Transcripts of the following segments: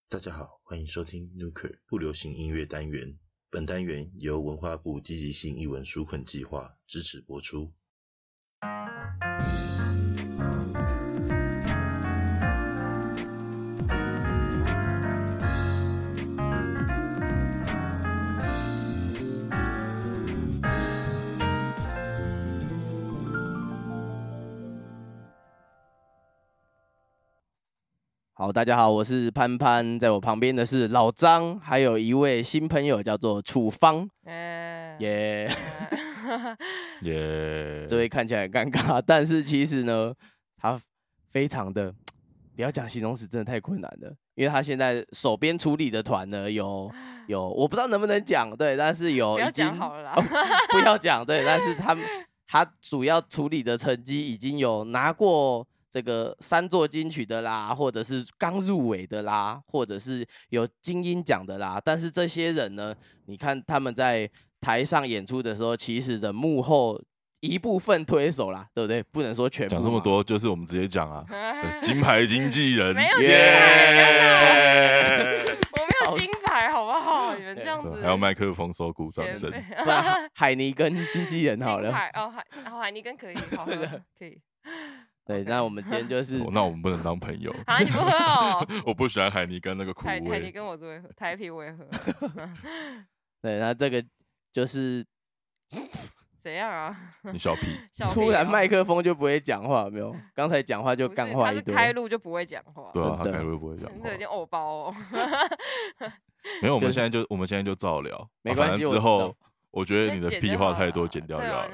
大家好，欢迎收听 Nuker 不流行音乐单元。本单元由文化部积极性艺文纾困计划支持播出。 好，大家好，我是潘潘，在我旁边的是老张，还有一位新朋友叫做楚方，耶，这位看起来很尴尬，但是其实呢，他非常的，不要讲形容词，真的太困难了，因为他现在手边处理的团呢，有，我不知道能不能讲，对，但是有不要已经讲好了啦， 不要讲，对，但是他主要处理的成绩已经有拿过这个3座金曲的啦，或者是刚入围的啦，或者是有金鹰奖的啦。但是这些人呢，你看他们在台上演出的时候，其实的幕后一部分推手啦，对不对？不能说全部。 讲这么多，就是我们直接讲啊，金牌经纪人， 没有金牌，我没有金牌，好不好？你们这样子， 还有麦克风手鼓掌声， 不然海尼跟经纪人好了。 海尼跟可以，好喝，可以。 对，那我们今天就是， 那我们不能当朋友啊！你不喝哦？ 我不喜欢海尼跟那个苦味。 海尼跟我只会喝，台啤我也喝。 对，那这个就是怎样啊？ 你小屁！ 突然麦克风就不会讲话，有没有？刚才讲话就干话一堆。 他是开录就不会讲话。 对啊，他开录就不会讲话。 真的有点偶包哦。 没有，我们现在就照聊， 没关系。 之后我觉得你的屁话太多，剪掉就好了。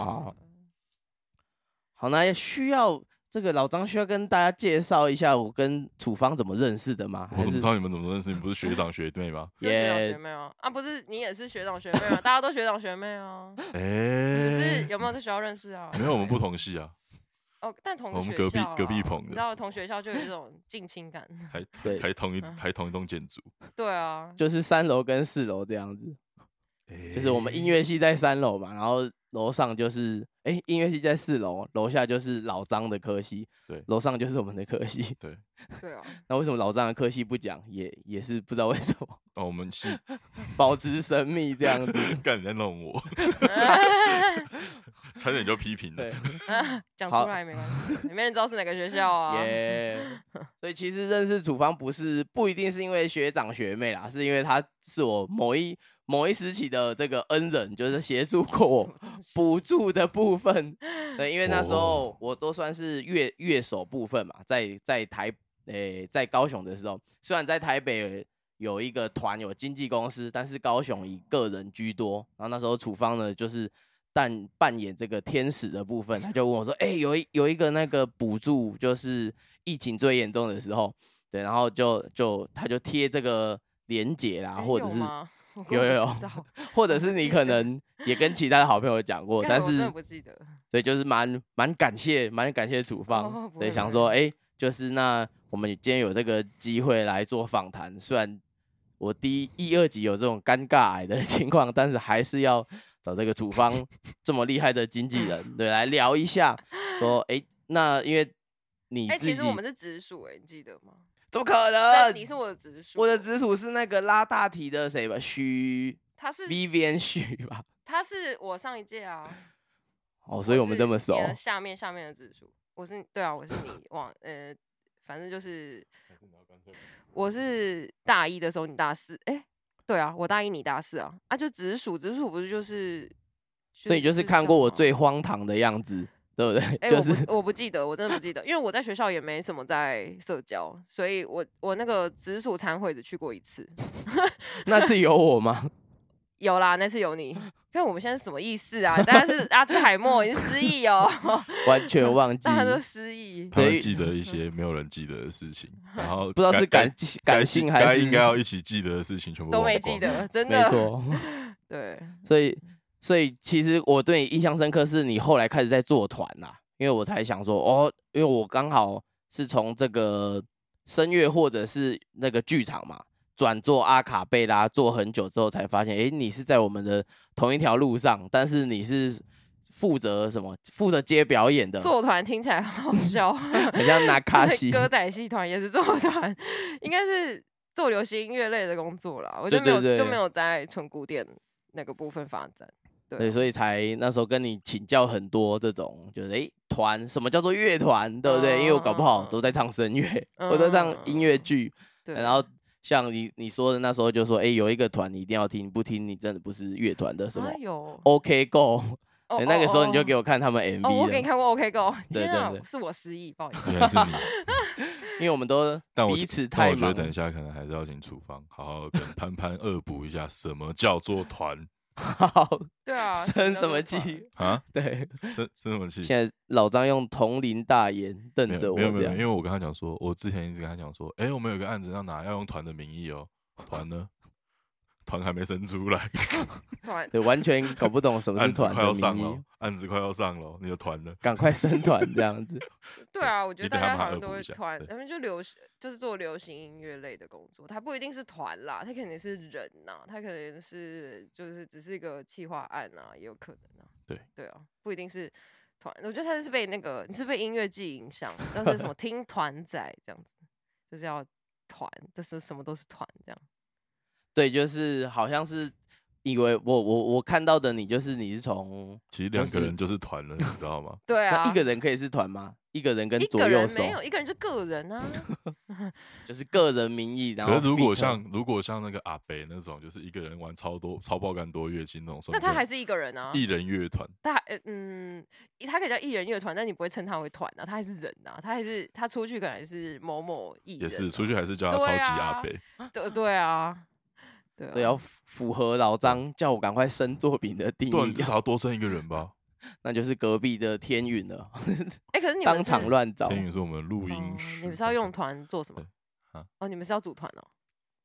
好，那需要这个老张需要跟大家介绍一下我跟楚方怎么认识的吗？ 我怎么知道你们怎么认识？你不是学长学妹吗？ 学长学妹啊，不是你也是学长学妹啊，大家都学长学妹啊。只是有没有在学校认识啊？ 没有，我们不同系啊。 哦，但同我们隔壁棚的， 你知道同学校就有这种近亲感， 还同一栋建筑。 对啊， 就是3楼跟4楼这样子。就是我们音乐系在3楼嘛，然后楼上就是音乐系在4楼，楼下就是老张的科系， 对， 楼上就是我们的科系， 对啊。 那为什么老张的科系不讲，也是不知道为什么。 哦，我们系保持神秘这样子。 干你在弄我，差点就批评了。 讲出来没关系，没人知道是哪个学校啊。 所以其实认识楚方不一定是因为学长学妹啦，是因为他是我某一时期的这个恩人，就是协助过我补助的部分。对，因为那时候我都算是乐手部分嘛，在高雄的时候，虽然在台北有一个团有经纪公司，但是高雄以个人居多。然后那时候楚方呢，就是扮演这个天使的部分，他就问我说：“有一个那个补助，就是疫情最严重的时候，对，然后他就贴这个连结啦，或者是。”有，或者是你可能也跟其他的好朋友讲过，但是真的不记得， 所以就是蛮感谢楚方，所以想说，就是那我们今天有这个机会来做访谈，虽然我第1、2集有这种尴尬癌的情况，但是还是要找这个楚方这么厉害的经纪人，对，来聊一下，说，那因为你自己， 其实我们是直属，你记得吗？ 怎么可能？ 你是我的直属， 我的直属是那个拉大提的谁吧？ 他是 Vivian 许吧？ 他是我上一届啊。 所以我们这么熟。 下面的直属，我是你反正就是我是大1的时候，你大4，对啊，我大1你大4啊，就直属不是就是， 所以就是看过我最荒唐的样子。对不对？ 我不记得，我真的不记得，因为我在学校也没什么在社交，所以我那个直属餐会只去过1次。 那次有我吗？ 有啦，那次有你。看我们现在是什么意思啊？大家是阿兹海默，已经失忆哦， 完全忘记， 大家都失忆。 他会记得一些没有人记得的事情，然后不知道是感性还是应该要一起记得的事情全部都没记得，真的没错。 对， 所以其实我对你印象深刻是你后来开始在做团啦，因为我才想说因为我刚好是从这个声乐或者是那个剧场嘛，转做阿卡贝拉做很久之后才发现，你是在我们的同一条路上，但是你是负责接表演的。 做团听起来很好笑， 很像纳卡西歌仔戏团也是做团，应该是做流行音乐类的工作啦，我就没有在纯古典那个部分发展。 对，所以才那时候跟你请教很多这种，就是团什么叫做乐团，对不对？因为我搞不好都在唱声乐，我都唱音乐剧，然后像你说的那时候就说，有一个团你一定要听，不听你真的不是乐团的什么OK Go。那个时候你就给我看他们 MV 我给你看过 OK Go， 对， 是我失忆，不好意思。 原来是你， 因为我们都彼此太忙。 但我觉得等一下可能还是要请处方好好跟潘潘恶补一下什么叫做团。 好， 对啊， 生什么气啊？ 对， 生什么气？ 现在老张用同龄大眼瞪着我， 没有，因为我跟他讲说，我之前一直跟他讲说，我们有个案子要拿，要用团的名义哦，团呢？团还没生出来， 对，完全搞不懂什么是团的名义。 案子快要上了，你的团呢？ 赶快生团这样子。 对啊，我觉得大家好像都会团，他们就是做流行音乐类的工作，它不一定是团啦，它可能是人呐，它可能是就是只是一个企划案啊，也有可能啊。对啊，不一定是团。我觉得他是被你是被音乐季影响，但是什么听团仔这样子，就是要团，就是什么都是团这样。 对，就是好像是以为我看到的你，就是你是从其实2个人就是团了，你知道吗？ 对啊， 那1个人可以是团吗？1个人跟左右手没有，1个人就个人啊， 就是个人名义。然后如果像那个阿北那种，就是1个人玩超爆肝多乐器那种， 那他还是1个人啊， 艺人乐团。 他可以叫艺人乐团，但你不会称他为团啊，他还是人啊，他出去可能还是某某艺人， 也是出去还是叫他超级阿北。 对啊。 所以要符合老张叫我赶快生作品的定义， 对，至少要多生1个人吧。 那就是隔壁的天允了。 可是你们当场乱找。 天允是我们录音室。 你们是要用团做什么？你们是要组团哦。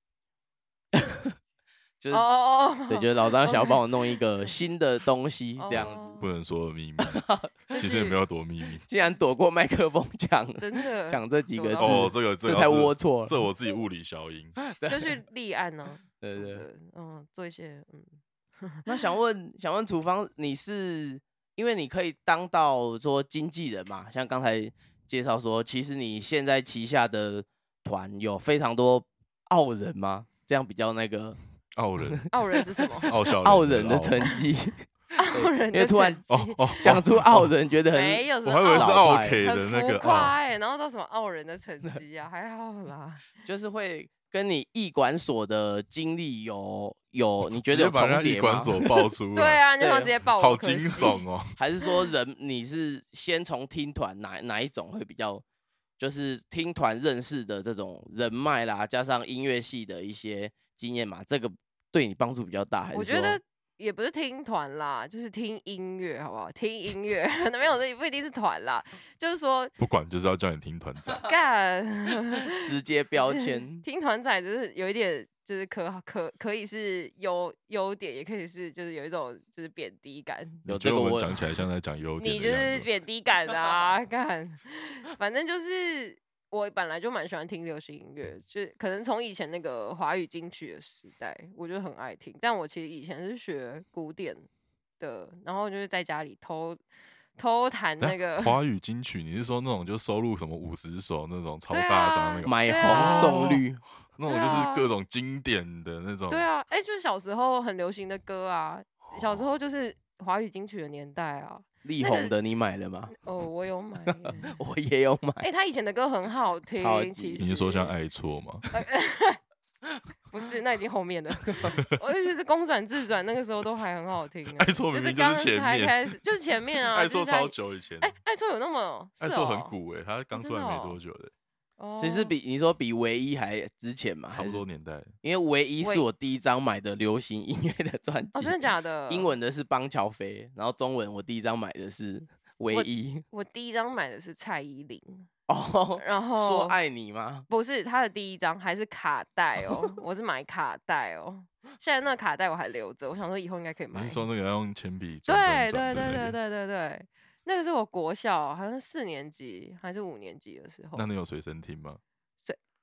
就是对，就是老张想要帮我弄一个新的东西，这样子。 不能说的秘密，其实也没有多秘密。 竟然躲过麦克风讲， 真的讲这几个字。 这太龌龊了。 这我自己物理消音。 就去立案呢。 对， 做一些那想问处方，你是因为你可以当到说经纪人嘛？像刚才介绍说，其实你现在旗下的团有非常多傲人吗？这样比较那个。 傲人是什么？ 傲人的成绩。 傲人的成绩， 因为突然讲出傲人，觉得很没有， 我还以为是傲 K 的那个然后到什么傲人的成绩啊？还好啦， 就是会跟你艺管所的经历有，你觉得有重叠吗？ 把艺管所爆出来， 对啊，你要直接爆， 好惊悚哦！ 还是说你是先从听团哪一种会比较，就是听团认识的这种人脉啦，加上音乐系的一些经验嘛，这个对你帮助比较大？还是我觉得也不是听团啦，就是听音乐，好不好？听音乐没有，这不一定是团啦，就是说不管，就是要叫你听团仔， 干直接标签。 听团仔就是有一点，就是可以是优点，也可以是就是有一种就是贬低感。 我觉得我们讲起来像在讲优点， 你就是贬低感啊，干，反正就是。我本来就蛮喜欢听流行音乐，就是可能从以前那个华语金曲的时代，我就很爱听。但我其实以前是学古典的，然后就是在家里偷弹那个华语金曲。你是说那种就收录什么50首那种超大张那个买红送绿， 那种就是各种经典的那种？ 对啊，就是小时候很流行的歌啊，小时候就是华语金曲的年代啊。 力宏的你买了吗？ 我有买， 我也有买。 他以前的歌很好听，其实你是说像爱错吗？ 不是，那已经后面了。我就觉得公转自转那个时候都还很好听。 爱错明明就是前面， 开始就是前面啊。 爱错超久以前。 爱错有那么？ 爱错很古他刚出来没多久的。 其实你说比唯一还之前嘛， 差不多年代。 因为唯一是我第一张买的流行音乐的专辑。 真的假的？ 英文的是邦乔飞，然后中文我第一张买的是唯一。 我第一张买的是蔡依林。 然后说爱你吗？ 不是，他的第一张还是卡带哦，我是买卡带哦。现在那个卡带我还留着，我想说以后应该可以买。 你是说那个要用铅笔？ 对。那个是我国小好像4年级还是5年级的时候。 那你有随身听吗？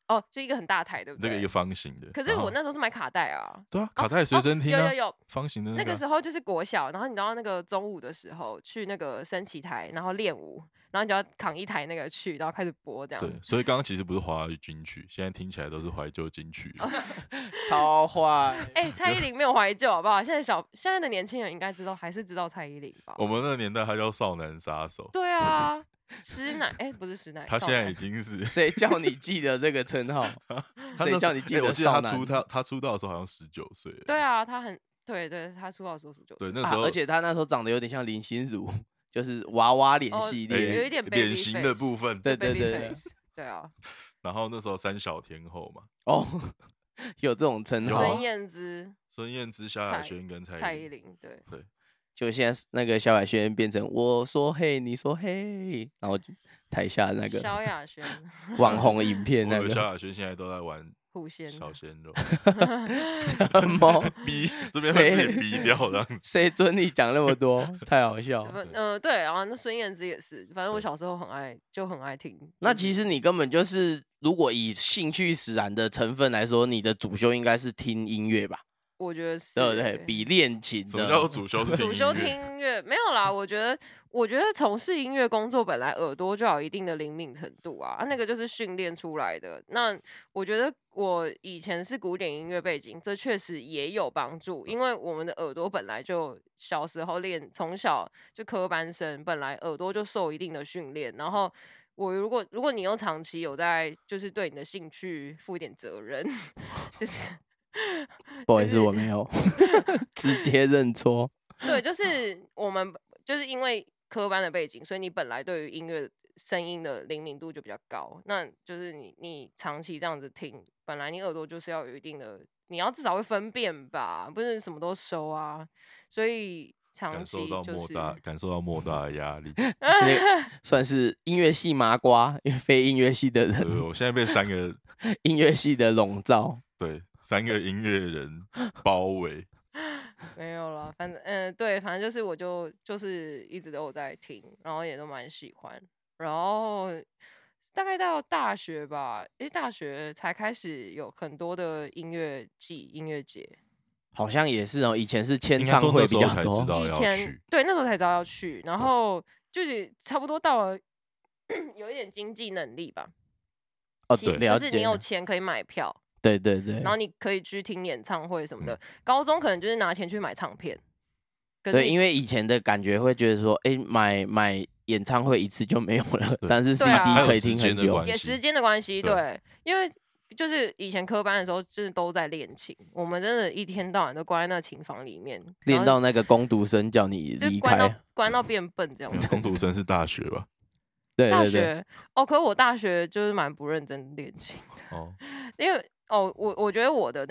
哦，就一个很大台，对不对？ 那个一个方形的。 可是我那时候是买卡带啊。 对啊，卡带随身听啊， 有方形的那个时候就是国小，然后你知道那个中午的时候去那个升旗台，然后练舞，然后你就要扛一台那个去，然后开始播这样。 对，所以刚刚其实不是华语金曲，现在听起来都是怀旧金曲。 超坏。 蔡依林没有怀旧好不好？现在的年轻人应该还是知道蔡依林吧？ 我们那个年代他叫少男杀手。 对啊。师奶不是师奶， 他现在已经是谁叫你记得这个称号？谁叫你记得少男？ 他出道的时候好像19岁。 对啊，他很对，他出道的时候19岁。 对，那时候而且他那时候长得有点像林心如，就是娃娃脸系列， 有一点脸型的部分。 对对啊。 然后那时候三小天后嘛。 哦，有这种称号。 孙燕姿、 萧亚轩跟蔡依林，对。 就现在那个萧亚轩变成我说嘿，你说嘿，然后台下那个萧亚轩网红影片那个萧亚轩现在都在玩狐仙小鲜肉。 什么逼这边会自己逼掉的？ 谁准你讲那么多？太好笑。 对，然后那孙燕姿也是，反正我小时候很爱听。 那其实你根本就是，如果以兴趣使然的成分来说，你的主修应该是听音乐吧？ 我觉得是， 对对，比练琴的。 什么叫主修？ 主修听音乐没有啦。我觉得从事音乐工作本来耳朵就要有一定的灵敏程度啊，那个就是训练出来的。那我觉得我以前是古典音乐背景，这确实也有帮助，因为我们的耳朵本来就小时候从小就科班生，本来耳朵就受一定的训练，然后。如果你又长期有在，就是对你的兴趣负一点责任，就是。 不好意思，我没有直接认错。 对，就是我们就是因为科班的背景，所以你本来对于音乐声音的灵敏度就比较高。那就是你长期这样子听，本来你耳朵就是要有一定的，你要至少会分辨吧，不是什么都收啊。所以长期就是感受到莫大的压力， 算是音乐系麻瓜，因为非音乐系的人， 我现在被3个音乐系的笼罩。 对。3个音乐人包围。 没有了，反正对，反正就是我就是一直都有在听，然后也都蛮喜欢，然后大概到大学吧，大学才开始有很多的音乐节， 好像也是哦，以前是签唱会比较多， 以前对那时候才知道要去，然后就是差不多到了有一点经济能力吧， 对， 就是你有钱可以买票。 对， 然后你可以去听演唱会什么的。高中可能就是拿钱去买唱片。 对，因为以前的感觉会觉得说，买演唱会一次就没有了，但是 CD 可以听很久， 也时间的关系。对，因为就是以前科班的时候，真的都在练琴，我们真的一天到晚都关在那琴房里面， 练到那个工读生叫你离开， 关到变笨这样子。 工读生是大学吧？ 对， 大学哦，可是我大学就是蛮不认真练琴的，因为。我觉得我的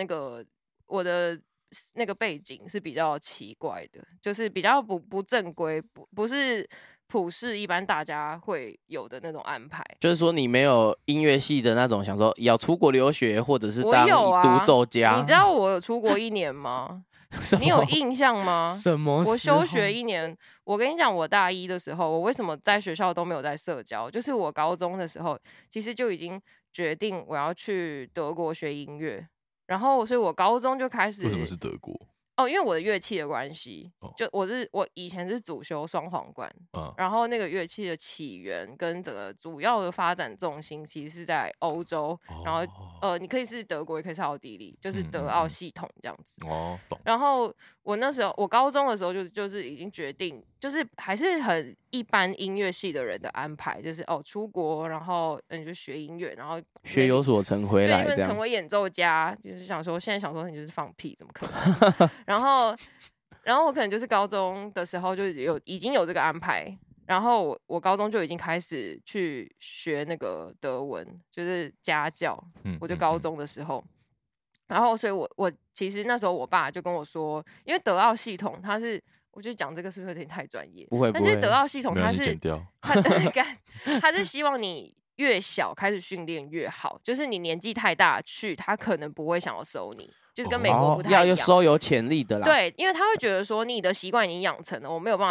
那个背景是比较奇怪的，就是比较不正规，不是普世一般大家会有的那种安排。 就是说你没有音乐系的那种想说要出国留学，或者是当独奏家。 你知道我有出国1年吗？你有印象吗？ 什么？ 我休学1年。我跟你讲，我大一的时候，我为什么在学校都没有在社交？就是我高中的时候，其实就已经决定我要去德国学音乐，然后所以我高中就开始。 为什么是德国？ 因为我的乐器的关系，就我以前是主修双簧管，然后那个乐器的起源跟整个主要的发展重心其实是在欧洲，然后你可以是德国，也可以是奥地利，就是德奥系统这样子。 懂。 然后我那时候我高中的时候就是已经决定，就是还是很一般音乐系的人的安排，就是出国，然后你就学音乐，然后学有所成回来， 对，成为演奏家，就是想说现在想说你就是放屁，怎么可能？然后我可能就是高中的时候就已经有这个安排，然后我高中就已经开始去学那个德文，就是家教。我就高中的时候，然后所以我其实那时候我爸就跟我说，因为德奥系统它是，我觉得讲这个是不是有点太专业？ 不会， 但是德奥系统它是它是希望你越小开始训练越好，就是你年纪太大去，他可能不会想要收你。就是跟美国不太一样， 要收有潜力的啦。 对，因为他会觉得说你的习惯已经养成了，我没有办法再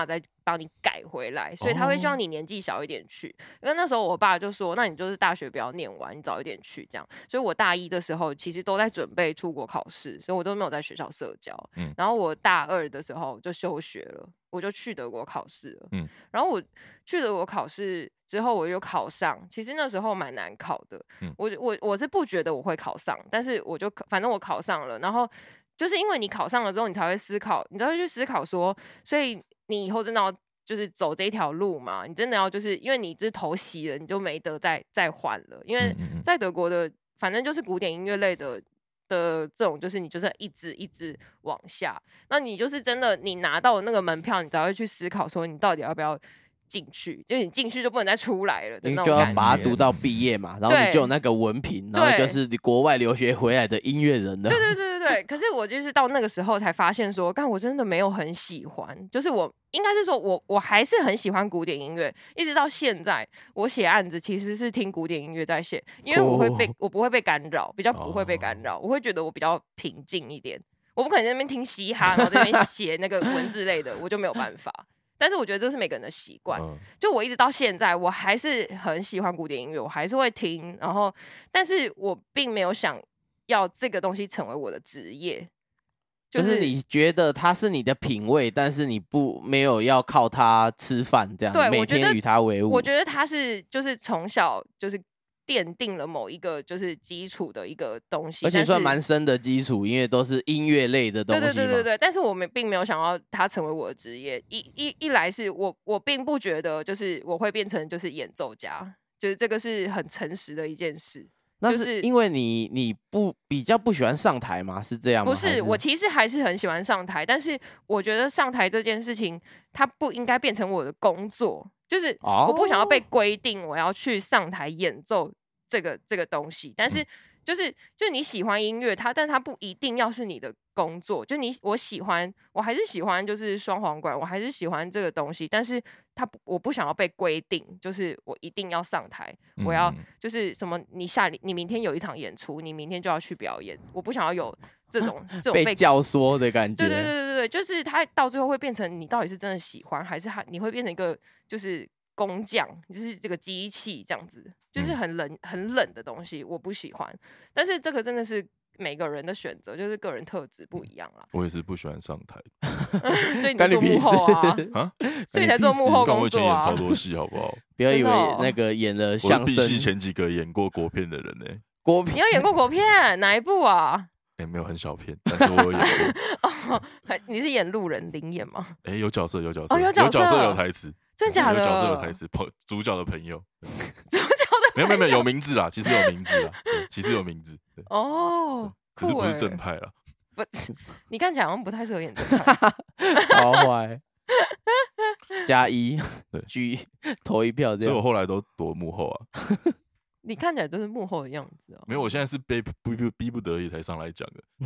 帮你改回来，所以他会希望你年纪小一点去。因为那时候我爸就说，那你就是大学不要念完，你早一点去这样。所以我大一的时候其实都在准备出国考试，所以我都没有在学校社交。然后我大二的时候就休学了，我就去德国考试了。然后我去德国考试之后，我就考上。其实那时候蛮难考的，我是不觉得我会考上，但是反正我考上了。然后就是因为你考上了之后，你才会思考，你才会去思考说，所以你以后真的要就是走这条路嘛？你真的要就是因为你这头洗了，你就没得再换了。因为在德国的，反正就是古典音乐类的这种，就是你就是一直往下。那你就是真的，你拿到那个门票，你才会去思考说，你到底要不要进去？就是你进去就不能再出来了的那种感觉。 你就要把它读到毕业嘛，然后你就有那个文凭，然后就是国外留学回来的音乐人了。 对。可是我就是到那个时候才发现说，干我真的没有很喜欢，就是我应该是说我还是很喜欢古典音乐，一直到现在，我写案子其实是听古典音乐在写，因为我不会被干扰，比较不会被干扰，我会觉得我比较平静一点，我不可能在那边听嘻哈，然后在那边写那个文字类的，我就没有办法。但是我觉得这是每个人的习惯，就我一直到现在，我还是很喜欢古典音乐，我还是会听，然后，但是我并没有想要这个东西成为我的职业， 就是你觉得它是你的品味，但是你没有要靠它吃饭这样， 对， 每天与它为伍。 我觉得它是就是从小就是奠定了某一个就是基础的一个东西， 而且算蛮深的基础，因为都是音乐类的东西嘛。 对。但是我们并没有想要它成为我的职业。一来是我并不觉得就是我会变成就是演奏家，就是这个是很诚实的一件事。 那是因为你比较不喜欢上台吗？是这样吗？ 不是，我其实还是很喜欢上台，但是我觉得上台这件事情，它不应该变成我的工作。就是我不想要被规定我要去上台演奏这个东西，但是就是你喜欢音乐，但它不一定要是你的工作。就我还是喜欢就是双簧管，我还是喜欢这个东西，但是我不想要被规定，就是我一定要上台，我要就是什么你明天有一场演出，你明天就要去表演，我不想要有这种被教唆的感觉。 对，就是它到最后会变成你到底是真的喜欢，还是你会变成一个就是工匠，就是这个机器这样子，就是很冷的东西，我不喜欢。但是这个真的是每个人的选择，就是个人特质不一样啦。 我也是不喜欢上台， 所以你做幕后啊，所以才做幕后工作啊。 我以前演超多戏，好不好？ 不要以为那个演了相声， 我是毕系前几个演过国片的人呢。 你有演过国片？哪一部啊？ 没有很小片，但是我有演过。 你是演路人灵演吗？ 有角色，有角色， 有台词， 真假的？ 有角色有台词，主角的朋友， 主角的没有有名字啦，其实有名字啦，其实有名字。 哦， 可是不是正派啦。 不，你看起来好像不太适合演正派， 超坏。+1，投一票这样。 所以我后来都躲幕后啊。 你看起来都是幕后的样子哦。 没有，我现在是逼不得已才上来讲的。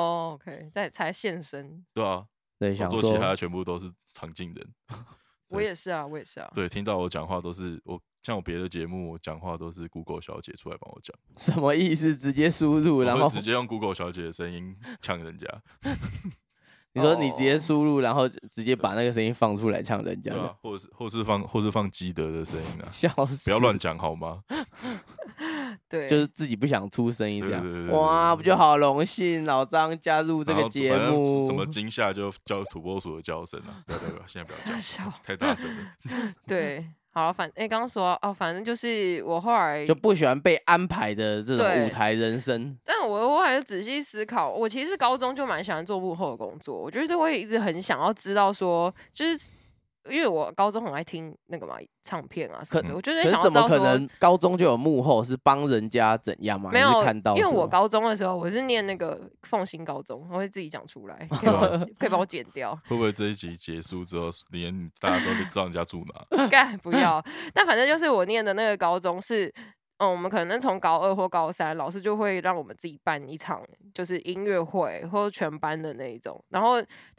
OK， 才现身。 对啊， 对， 我做其他的全部都是常进人。 我也是啊。 对，听到我讲话都是像我别的节目，我讲话都是 Google 小姐出来帮我讲。 什么意思？直接输入，然后直接用 Google 小姐的声音呛人家。 你说你直接输入，然后直接把那个声音放出来呛人家， 对啊，或是放基德的声音啊， 笑死！ 不要乱讲好吗？ 对， 就是自己不想出声音这样。 对哇，不就好荣幸老张加入这个节目？ 什么惊吓就叫土拨鼠的叫声啊！不要，现在不要叫，太大声了。 对。好，刚刚说反正就是我后来就不喜欢被安排的这种舞台人生。 但我后来就仔细思考，我其实高中就蛮喜欢做幕后的工作。我觉得我也一直很想要知道说，就是因为我高中很爱听那个嘛唱片啊什么的，我觉得想要知道说， 怎么可能高中就有幕后？是帮人家怎样吗？ 没有看到， 因为我高中的时候我是念那个凤新高中，我会自己讲出来，可以帮我剪掉。 会不会这一集结束之后，连大家都知道人家住哪？ 干不要！但反正就是我念的那个高中是。我们可能从高2或高3，老师就会让我们自己办一场，就是音乐会或者全班的那一种。然后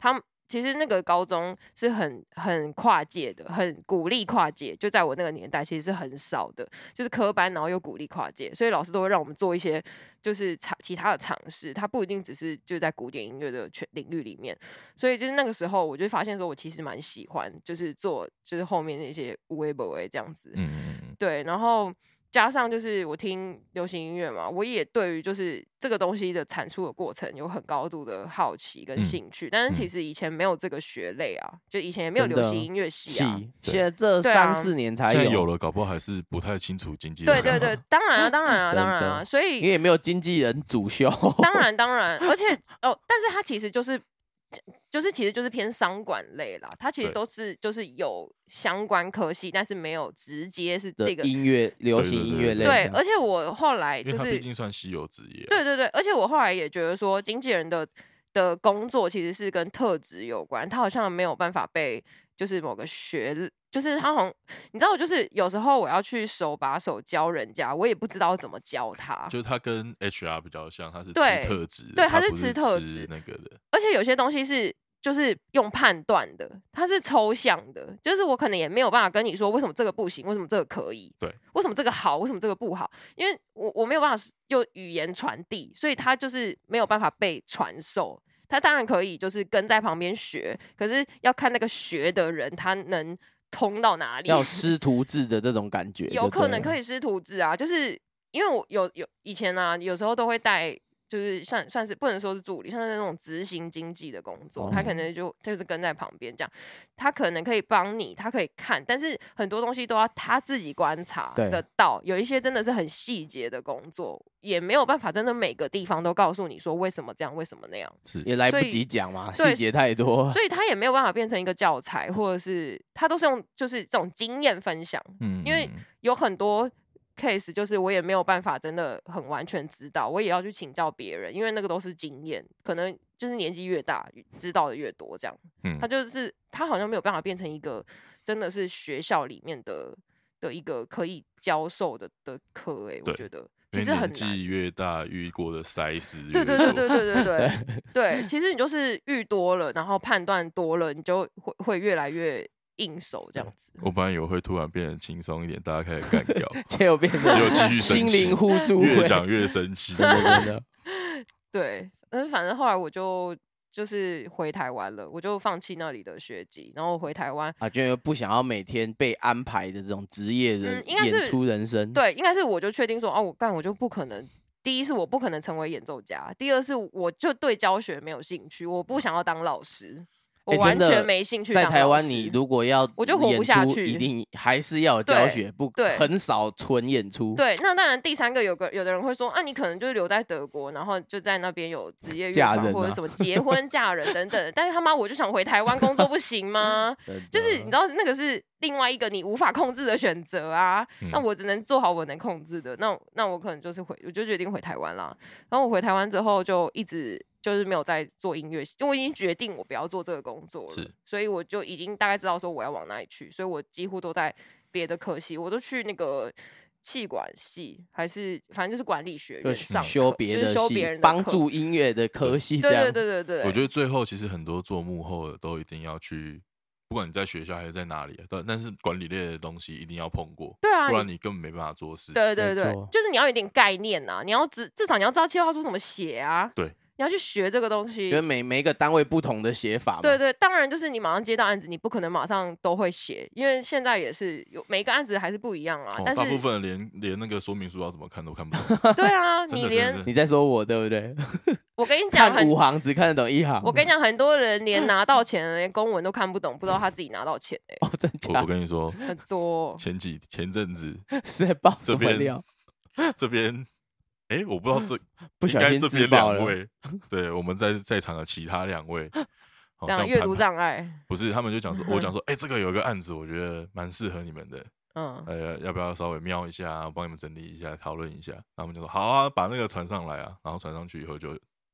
其实那个高中是很跨界的，很鼓励跨界，就在我那个年代其实是很少的，就是科班然后又鼓励跨界，所以老师都会让我们做一些就是其他的尝试，它不一定只是就在古典音乐的领域里面，所以就是那个时候我就发现说我其实蛮喜欢就是做就是后面那些无为不为这样子，对，然后加上就是我听流行音乐嘛，我也对于就是这个东西的产出的过程有很高度的好奇跟兴趣，但是其实以前没有这个学类啊，就以前也没有流行音乐系啊， 现在这3-4年才有， 现在有了，搞不好还是不太清楚经纪人。 对，当然啊，所以因为也没有经纪人主修， 当然，而且但是它其实其实就是偏商管类啦，它其实都是就是有相关科系，但是没有直接是这个音乐流行音乐类。 对，而且我后来就是， 因为它毕竟算稀有职业。 对，而且我后来也觉得说，经纪人的工作其实是跟特质有关，他好像没有办法被就是某个就是他好像你知道，就是有时候我要去手把手教人家，我也不知道怎么教他。 就是他跟 HR 比较像，他是吃特质， 对，他是吃特质那个的。 而且有些东西是就是用判断的，它是抽象的，就是我可能也没有办法跟你说为什么这个不行，为什么这个可以， 对， 为什么这个好，为什么这个不好，因为我没有办法用语言传递，所以它就是没有办法被传授。他当然可以就是跟在旁边学，可是要看那个学的人他能通到哪里， 要师徒制的这种感觉， 有可能可以师徒制啊，就是因为我有以前啊，有时候都会带。就是算是不能说是助理，像是那种执行经济的工作，他可能就是跟在旁边这样，他可能可以帮你，他可以看，但是很多东西都要他自己观察得到，有一些真的是很细节的工作，也没有办法真的每个地方都告诉你说为什么这样，为什么那样， 也来不及讲嘛，细节太多， 所以他也没有办法变成一个教材，或者是他都是用就是这种经验分享，因为有很多case 就是我也没有办法真的很完全知道，我也要去请教别人，因为那个都是经验，可能就是年纪越大知道的越多这样。他好像没有办法变成一个真的是学校里面的一个可以教授的课我觉得其实很难。 年纪越大遇过的筛死越多。对，其实你就是遇多了，然后判断多了，你就会越来越应手这样子。 我本来以为会突然变得轻松一点，大家开始干掉， 结果变成继续生气， 心灵互助， 越讲越生气。 对，但是反正后来我就是回台湾了，我就放弃那里的学籍，然后回台湾啊，就不想要每天被安排的这种职业的演出人生。 对，应该是我就确定说，我就不可能。第一是我不可能成为演奏家，第二是我就对教学没有兴趣，我不想要当老师。我完全没兴趣当老师。 在台湾，你如果要我就活不下去， 一定还是要有教学，很少纯演出。 对，那当然，第三个有的人会说，你可能就留在德国，然后就在那边有职业乐团或者什么结婚嫁人等等。但是他妈，我就想回台湾工作，不行吗？就是你知道那个是另外一个你无法控制的选择啊。那我只能做好我能控制的。那我可能就是我就决定回台湾啦。然后我回台湾之后就一直。就是没有在做音乐，因为我已经决定我不要做这个工作了，所以我就已经大概知道说我要往哪里去，所以我几乎都在别的科系，我都去那个企管系，还是反正就是管理学院上课， 修别的系，帮助音乐的科系。 对。 我觉得最后其实很多做幕后的都一定要去，不管你在学校还是在哪里，但是管理类的东西一定要碰过， 对啊， 不然你根本没办法做事。 对，就是你要有点概念啊，你要至少你要知道企划书怎么写啊。 对。 你要去学这个东西， 因为每一个单位不同的写法嘛。 对，当然就是你马上接到案子，你不可能马上都会写，因为现在也是有每一个案子还是不一样啊。但是大部分连那个说明书要怎么看都看不懂。 对啊， 你在说我对不对？ 我跟你讲， 看5行只看得懂1行。 我跟你讲，很多人连拿到钱，连公文都看不懂，不知道他自己拿到钱哦，真假？ 我跟你说， 很多。 前阵子是在爆什么料？ 这边。我不知道不小心这边2位，对，我们在场的其他2位， 这样阅读障碍不是，他们就讲说，我讲说，这个有一个案子，我觉得蛮适合你们的，要不要稍微瞄一下，帮你们整理一下，讨论一下？然后他们就说好啊，把那个传上来啊，然后传上去以后就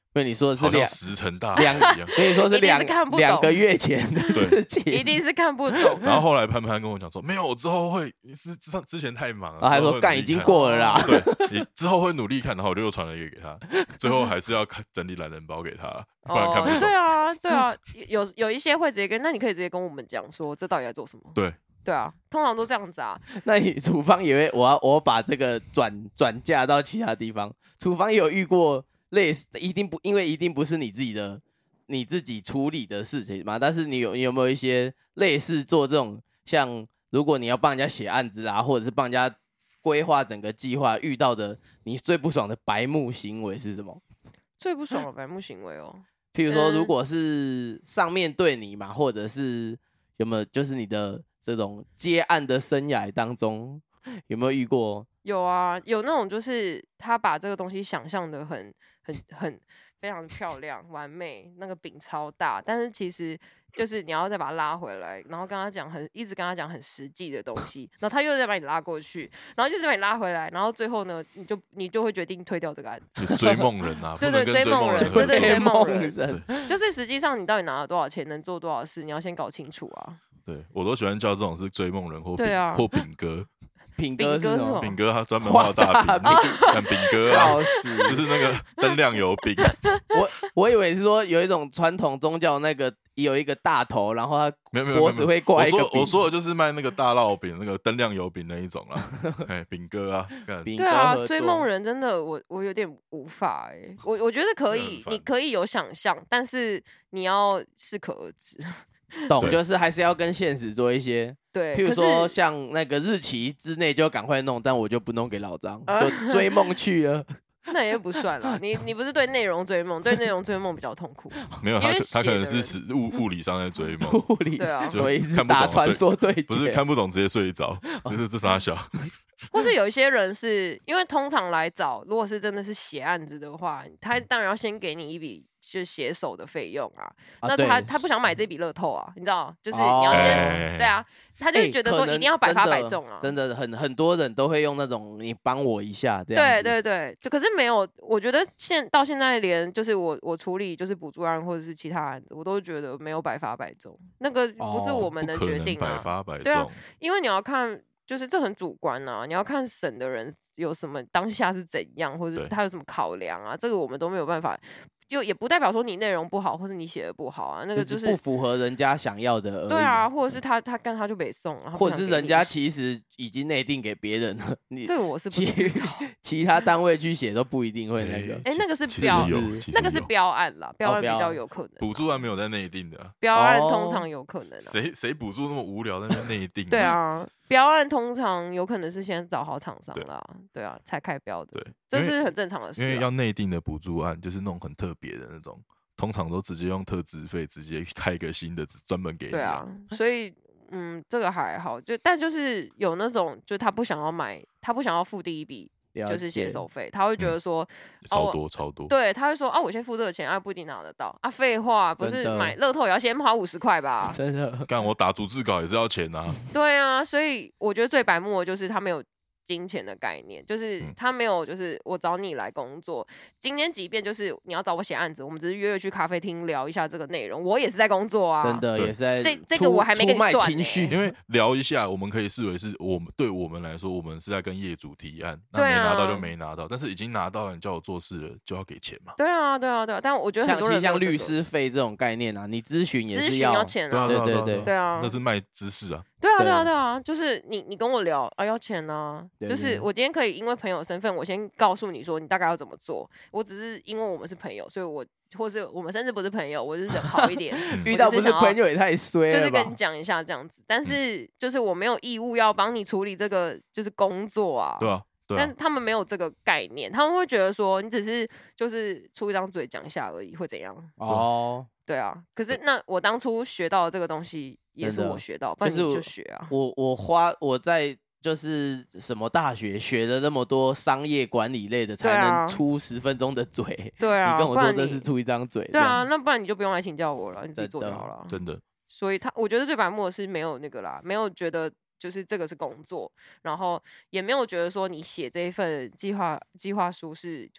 因为你说的是好像石沉大海两一样。 跟你说是一定是看不懂 2个月前的事情， 一定是看不懂。 然后后来潘潘跟我讲说，没有，我之后会是之前太忙了， 然后还之后会努力说干已经看过了啦， 对，你之后会努力看，然后我就又传了一个给他，最后还是要整理懒人包给他，不然看不懂。 对啊，对啊，有一些会直接跟，那你可以直接跟我们讲说这到底在做什么。 对对啊，通常都这样子啊。 那你厨房也会，我把这个转嫁到其他地方，厨房也有遇过类似，因为一定不是你自己处理的事情嘛，但是你有没有一些类似做这种，像如果你要帮人家写案子啦，或者是帮人家规划整个计划，遇到的你最不爽的白目行为是什么？ 最不爽的白目行为哦， 譬如说，如果是上面对你嘛，或者是有没有就是你的这种接案的生涯当中，有没有遇过？ 有啊，有那种就是他把这个东西想象的很非常漂亮、完美，那个饼超大，但是其实就是你要再把它拉回来，然后跟他讲一直跟他讲很实际的东西，然后他又再把你拉过去，然后就是把你拉回来，然后最后呢，你就会决定推掉这个案子。 追梦人啊， 对不能跟追梦人， 合作对追梦人人，就是实际上你到底拿了多少钱，能做多少事，你要先搞清楚啊。 对我都喜欢叫这种是追梦人或对啊或饼哥。 品哥是什么？ 饼哥他专门画大饼，看饼哥啊， 笑死！ 就是那个灯亮油饼。 我以为是说有一种传统宗教那个有一个大头，然后他没有脖子会挂一个饼。 我说的就是卖那个大烙饼，那个灯亮油饼那一种啦。哎，饼哥啊， 饼对啊， 哥合作追梦人真的我有点无法我觉得可以，你可以有想象，但是你要适可而止。 懂， 对就是还是要跟现实做一些， 对， 譬如可说是像那个日期之内就赶快弄，但我就不弄给老张，就追梦去了。 那也不算了。你不是对内容追梦，对内容追梦比较痛苦。 没有因为他可能写的是物理上在追梦， 物理对啊所以是看不懂打传说对决， 不是看不懂直接睡着，就是这傻小。 或是有一些人是因为通常来找，如果是真的是写案子的话，他当然要先给你一笔就是写手的费用啊。那对他不想买这笔乐透啊，你知道，就是你要先对啊，他就觉得说一定要百发百中啊。 真的很多人都会用那种你帮我一下这样对子。 对对，就可是没有，我觉得到现在连就是我处理就是补助案或者是其他案子，我都觉得没有百发百中，那个不是我们不可能能决定百发百对啊中。 因为你要看，就是这很主观啊，你要看审的人有什么当下是怎样，或者对他有什么考量啊，这个我们都没有办法，就也不代表说你内容不好，或是你写的不好啊，那个就是不符合人家想要的而已。 对啊，或者是他干他就没送啊， 或者是人家其其实已经内定给别人了，你这个我是不知道， 其他单位去写都不一定会那个。 哎，那个是其实标有是其实那个是有标案啦，标案比标较有可能， 补助案没有在内定的啊， 标案哦通常有可能啊。 谁补助那么无聊在那边内定？ 对，啊，标案通常有可能是先找好厂商啦，对啊，才开标的， 对，因为这是很正常的事啊。 因为要内定的补助案就是那种很特别的那种，通常都直接用特资费直接开一个新的专门给你。 对啊，所以这个还好，但就是有那种，就是他不想要买，他不想要付第一笔就是写手费，他会觉得说超多超多。 对，他会说啊，我先付这个钱，不一定拿得到啊。废话，不是真的买乐透也要先花50块吧？ 真的干我打逐字稿也是要钱啊。 对啊，所以我觉得最白目的就是他没有金钱的概念，就是他没有，就是我找你来工作，今天即便就是你要找我写案子，我们只是约去咖啡厅聊一下这个内容，我也是在工作啊， 真的对也是在这个我还没跟你出卖算情绪欸因为聊一下，我们可以视为是对我们来说，我们是在跟业主提案，那对啊没拿到就没拿到，但是已经拿到了，你叫我做事了就要给钱嘛。 对啊，对啊，对啊，但我觉得很多其实像律人没有这个师费这种概念啊，你咨询也是咨询要钱啊， 对对对对啊， 那是卖知识啊。 对啊， 对对啊，对啊，就是你跟我聊啊，要钱啊， 对对就是我今天可以因为朋友身份，我先告诉你说你大概要怎么做，我只是因为我们是朋友，所以或是我们甚至不是朋友，我就是人好一点， 遇到不是我只想要朋友也太衰了吧就是跟你？讲一下这样子，但是就是我没有义务要帮你处理这个就是工作啊， 对啊，对啊但，他们没有这个概念，他们会觉得说你只是就是出一张嘴讲一下而已，会怎样？ 哦， 对啊，可是那我当初学到的这个东西也是真的我学到，不然你就是就学啊。 我在就是什么大学学了那么多商业管理类的，才对啊能出10分钟的嘴。 对啊， 你跟我不然你说这是出一张嘴， 对啊，那不然你就不用来请教我了，你自己做就真的好了。 真的所以我觉得最白目的是没有那个啦，没有觉得就是这个是工作，然后也没有觉得说你写这一份计划书是就是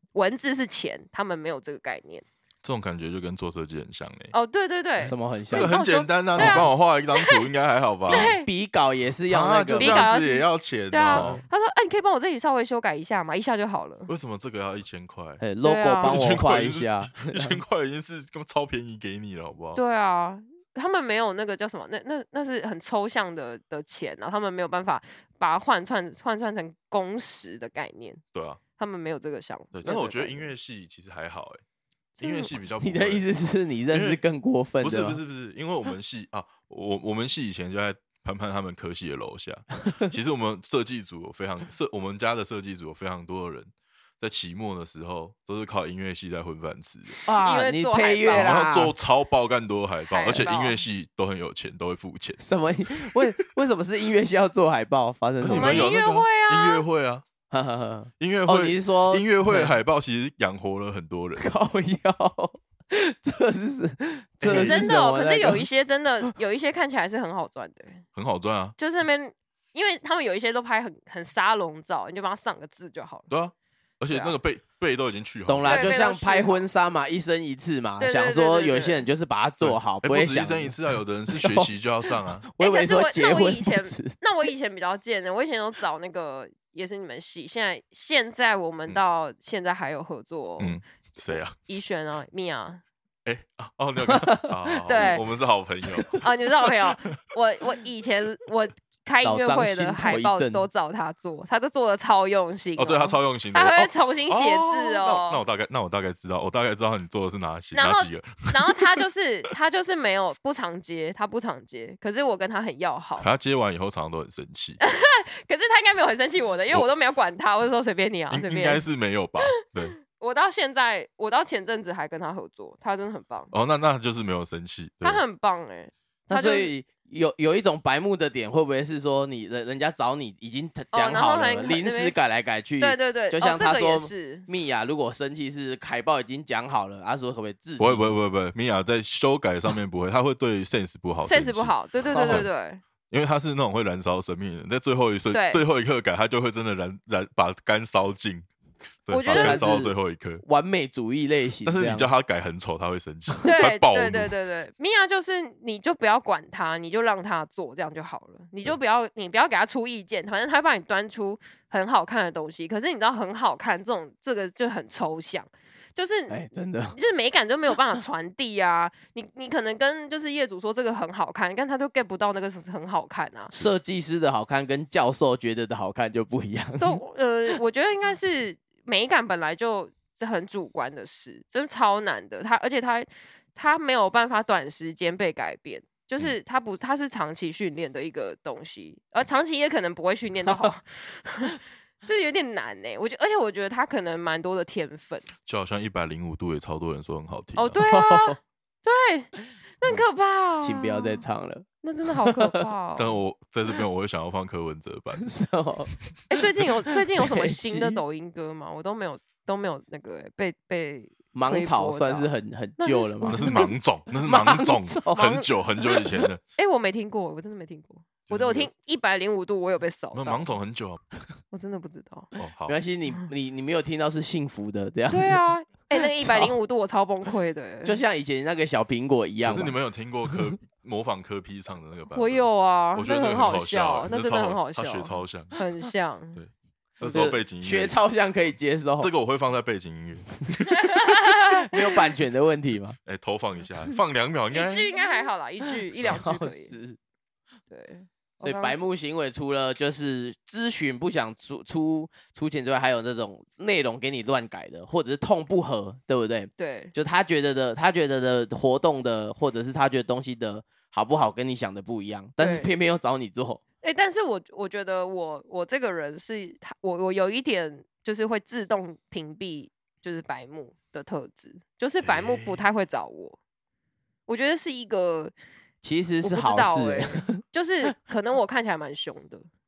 文字是钱，他们没有这个概念。 这种感觉就跟做设计很像嘞。 哦，对对对， 什么很像这个？很简单啊，你对啊帮我画一张图应该还好吧？ 对笔稿也是要那个笔啊就这稿要钱样子也要钱对啊哦。， 他说，哎，你可以帮我这里稍微修改一下吗？一下就好了。 为什么这个要1000块？ 哎，logo 啊帮我 1000 画块已经一下， 1000块已经是超便宜给你了，好不好？ 对啊，他们没有那个叫什么，那是很抽象的钱啊，他们没有办法把它换算成工时的概念， 对啊， 他们没有这个想法。 对。但是我觉得音没有这个概念乐系其实还好， 这音乐系比较不你的会意思是你认因为识更过分不的吗？ 是不是不是，因为我们系啊，我们系以前就在潘他们科系的楼下。其实我们设计组有我们家的设计组有非常多的人，在期末的时候都是靠音乐系在混饭吃的， 因啊，你为做配乐海报然后啦， 做超爆干多的海报， 海而且音报乐系都很有钱，都会付钱。 什么？为什么是音乐系要做海报？发生什你么我们有那个音乐会啊音乐会啊， 哈哈哈音乐哦，你会是说音乐会的海报其实养活了很多人。 靠腰？这是真的哦，可是有一些些真的有一些看起来是很好赚的， 很好赚啊， 就是那边，因为他们有一些都拍很沙龙照，你就帮他上个字就好了。 对啊，而且对啊那个背都已经去好了， 懂啦， 对被就像都去好拍婚纱嘛，一生一次嘛，想对对对对对说有些人就是把它做好， 对不会想不止一生一。次啊，有的人是学期就要上啊。 我以为可是我说结婚那我以前不止那我以前比较贱的，我以前有找那个也是你们系，现在我们到现在还有合作、哦， 嗯，谁啊？ 怡璇啊，米娅哦，你有看啊？ 对我们是好朋友。 啊，你们是好朋友。我以前我开音乐会的海报都找他做，他都做的超用心、 哦，对他超用心的， 他会哦重新写字哦。 那我大概知道，你做的是哪然后几个？ 然后他就是没有不常接，他不常接，可是我跟他很要好可，他接完以后常常都很生气， 可是他应该没有很生气我的，因为我都没有管他，我就说随便你啊，随便。 应该是没有吧？对， 我到现在，我到前阵子还跟他合作，他真的很棒， 哦，那就是没有生气，对他很棒哎、他就是那所以有一种白目的点，会不会是说人家找你已经讲好了， 然后很临时改来改去？ 对对对， 就像这个他说也是， 蜜雅如果生气是海报已经讲好了，他说可不可以自己？ 不会，米娅在修改上面不会，他会对 sense 不好生气 ，sense 不，好，对对对对对， 因为他是那种会燃烧生命的人，在最后一刻改，他就会真的把肝烧尽，对， 我觉得把肝烧到最后一刻。 完美主义类型这样。 但是你叫他改很丑，他会生气，他对会暴怒。 对对对对，米娅就是你就不要管他，你就让他做，这样就好了。你不要给他出意见，反正他会帮你端出很好看的东西。可是你知道很好看这个就很抽象，就是哎，真的就是美感就没有办法传递啊。你可能跟就是业主说这个很好看，但他都 get 不到那个是很好看啊。 设计师的好看跟教授觉得的好看就不一样。 都我觉得应该是美感本来就是很主观的事，真的超难的。而且他没有办法短时间被改变，就是他是长期训练的一个东西，而长期也可能不会训练到好，这有点难呢。而且我觉得他可能蛮多的天分。 就好像105度也超多人说很好听哦，对啊，对，那很可怕、啊。 请不要再唱了。 那真的好可怕、哦。 但我在这边我会想要放柯文哲版， 是哦， 哎、最近有什么北新的七抖音歌吗？我都没有那个、被芒草算是推很那是旧了吗那？是芒种，那是芒种， 芒很久很久以前的。 哎、我没听过，我真的没听过。我只有听105度，我有被扫到。 那芒种很久啊。 我真的不知道。 哦，好没，关系，你没有听到是幸福的这样。 对啊，哎、那个105度我超崩溃的、欸。 就像以前那个小苹果一样嘛。 可是你们有听过模仿柯 P 唱的那个版本？ 我有啊， 我觉得那个很好笑， 那真的很好笑， 他学超像。 很像。 对，这时候背景音乐学超像可以接受， 这个我会放在背景音乐， 没有版权的问题吗？ 哎，投放一下，放2秒应该一句应该还好啦，一两句可以。 是。 对， 所以白目行为除了就是咨询不想出钱之外，还有那种内容给你乱改的，或者是痛不合，对不对？ 对就他觉得的活动的，或者是他觉得东西的好不好，跟你想的不一样，但是对偏偏又找你做。 哎、但是我觉得我这个人是我有一点就是会自动屏蔽，就是白目的特质，就是白目不太会找我。我觉得是一个其实是我不知好事、 道就是可能我看起来蛮凶的，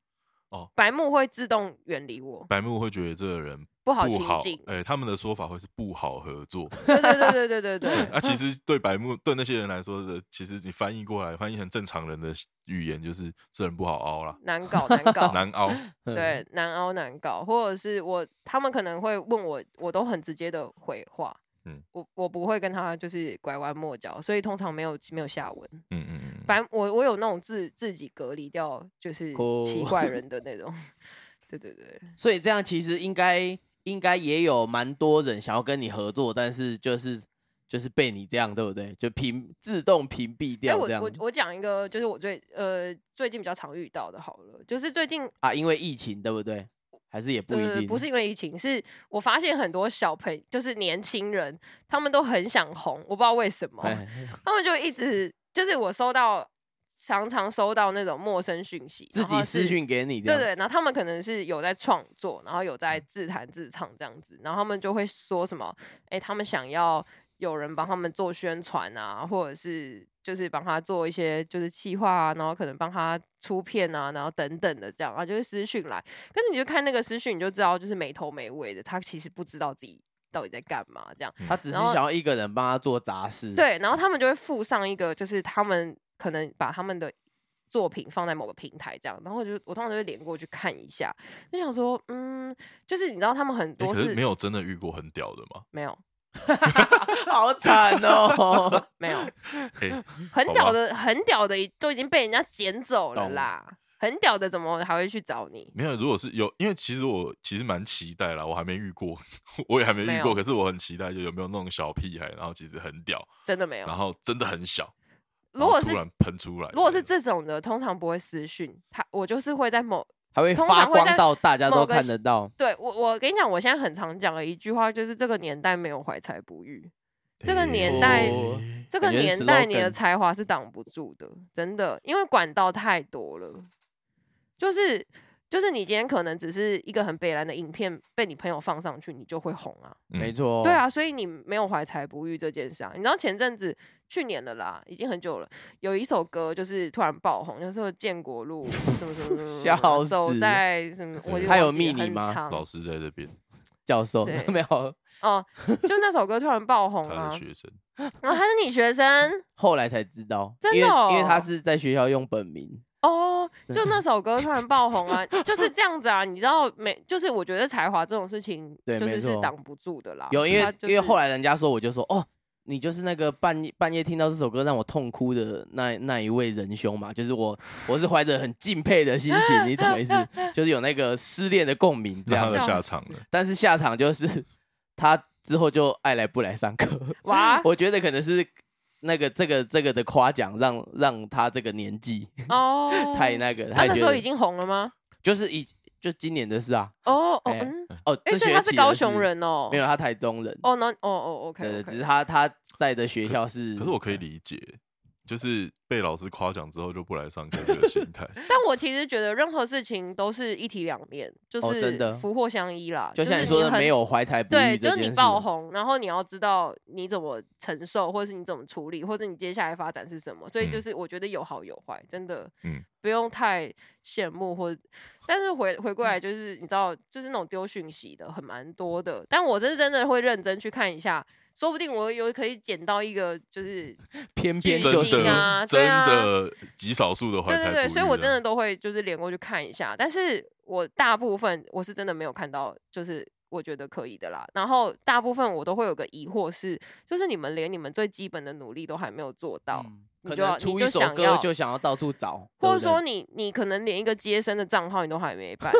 白目会自动远离我， 白目会觉得这个人不好亲近。 他们的说法会是不好合作。 对。 其实对白目对那些人来说的，其实你翻译过来，翻译成正常人的语言，就是这人不好凹啦， 难搞， 难凹。 对，难凹难搞，或者是他们可能会问我，我都很直接的回话。我不会跟他就是拐弯抹角，所以通常没有下文。反正我有那种自己隔离掉，就是奇怪人的那种。对。 所以这样其实应该也有蛮多人想要跟你合作，但是就是被你这样，对不对？就自动屏蔽掉这样。 我讲一个，就是我最近比较常遇到的，好了，就是最近因为疫情，对不对？还是也不一定， 不是因为疫情，是我发现很多就是年轻人，他们都很想红，我不知道为什么，他们就一直就是我常常收到那种陌生讯息， 自己私讯给你， 对，然后他们可能是有在创作，然后有在自弹自唱这样子，然后他们就会说什么，他们想要有人帮他们做宣传啊，或者是就是帮他做一些就是企划啊，然后可能帮他出片啊，然后等等的这样啊，就会私讯来。可是你就看那个私讯，你就知道就是没头没尾的，他其实不知道自己到底在干嘛这样。 他只是想要一个人帮他做杂事。 对，然后他们就会附上一个，就是他们可能把他们的作品放在某个平台这样，然后我通常就会连过去看一下，就想说，就是你知道他们很多可是没有真的遇过很屌的吗？ 没有。 好惨哦！ 没有，很屌的都已经被人家捡走了啦。很屌的怎么还会去找你？ 没有，如果是有，因为其实蛮期待啦，我还没遇过，我也还没遇过，可是我很期待，就有没有那种小屁孩，然后其实很屌， 真的没有， 然后真的很小， 如果是突然喷出来， 如果是这种的，通常不会私讯我就是会在还会发光到大家都看得到。 对，我跟你讲，我现在很常讲的一句话就是：这个年代没有怀才不遇。这个年代，你的才华是挡不住的，真的，因为管道太多了。就是你今天可能只是一个很北蓝的影片被你朋友放上去，你就会红啊。 没错。 对啊，所以你没有怀才不遇这件事啊。你知道前阵子去年了啦，已经很久了，有一首歌就是突然爆红，就是建国路什么笑死， 走在什么， 他有密你吗？ 老师在这边， 教授没有哦，就那首歌突然爆红啊。 他的学生， 然后他是你学生， 后来才知道， 真的因为他是在学校用本名。 就那首歌突然爆红啊，就是这样子啊，你知道就是我觉得才华这种事情，是挡不住的啦。 有，因为后来人家说，我就说你就是那个半夜听到这首歌让我痛哭的那一位仁兄嘛，就是我是怀着很敬佩的心情，你懂我意思？就是有那个失恋的共鸣这样。 他的下场了， 但是下场就是他之后就爱来不来上课。 哇， 我觉得可能是。这个的夸奖让他这个年纪太那个， 他那时候已经红了吗？ 就今年的事啊。 所以他是高雄人哦， 没有，他台中人。 OK， 对，只是他在的学校是。 可是我可以理解，就是被老师夸奖之后就不来上课这个心态。 但我其实觉得任何事情都是一体两面，就是福祸相依啦。 就像你说的，没有怀才不遇对，就是你爆红，然后你要知道你怎么承受，或者是你怎么处理，或者你接下来发展是什么。所以就是我觉得有好有坏，真的，不用太羡慕或者。但是回过来就是你知道，就是那种丢讯息的蛮多的，但我真的会认真去看一下。说不定我可以捡到一个就是偏就是啊， 真的极少数的怀才不遇。 对，所以我真的都会就是连过去看一下，但是我大部分我是真的没有看到，就是我觉得可以的啦。然后大部分我都会有个疑惑是，就是你们连你们最基本的努力都还没有做到。 可能出一首歌就想要到处找， 或者说你可能连一个接生的账号你都还没办。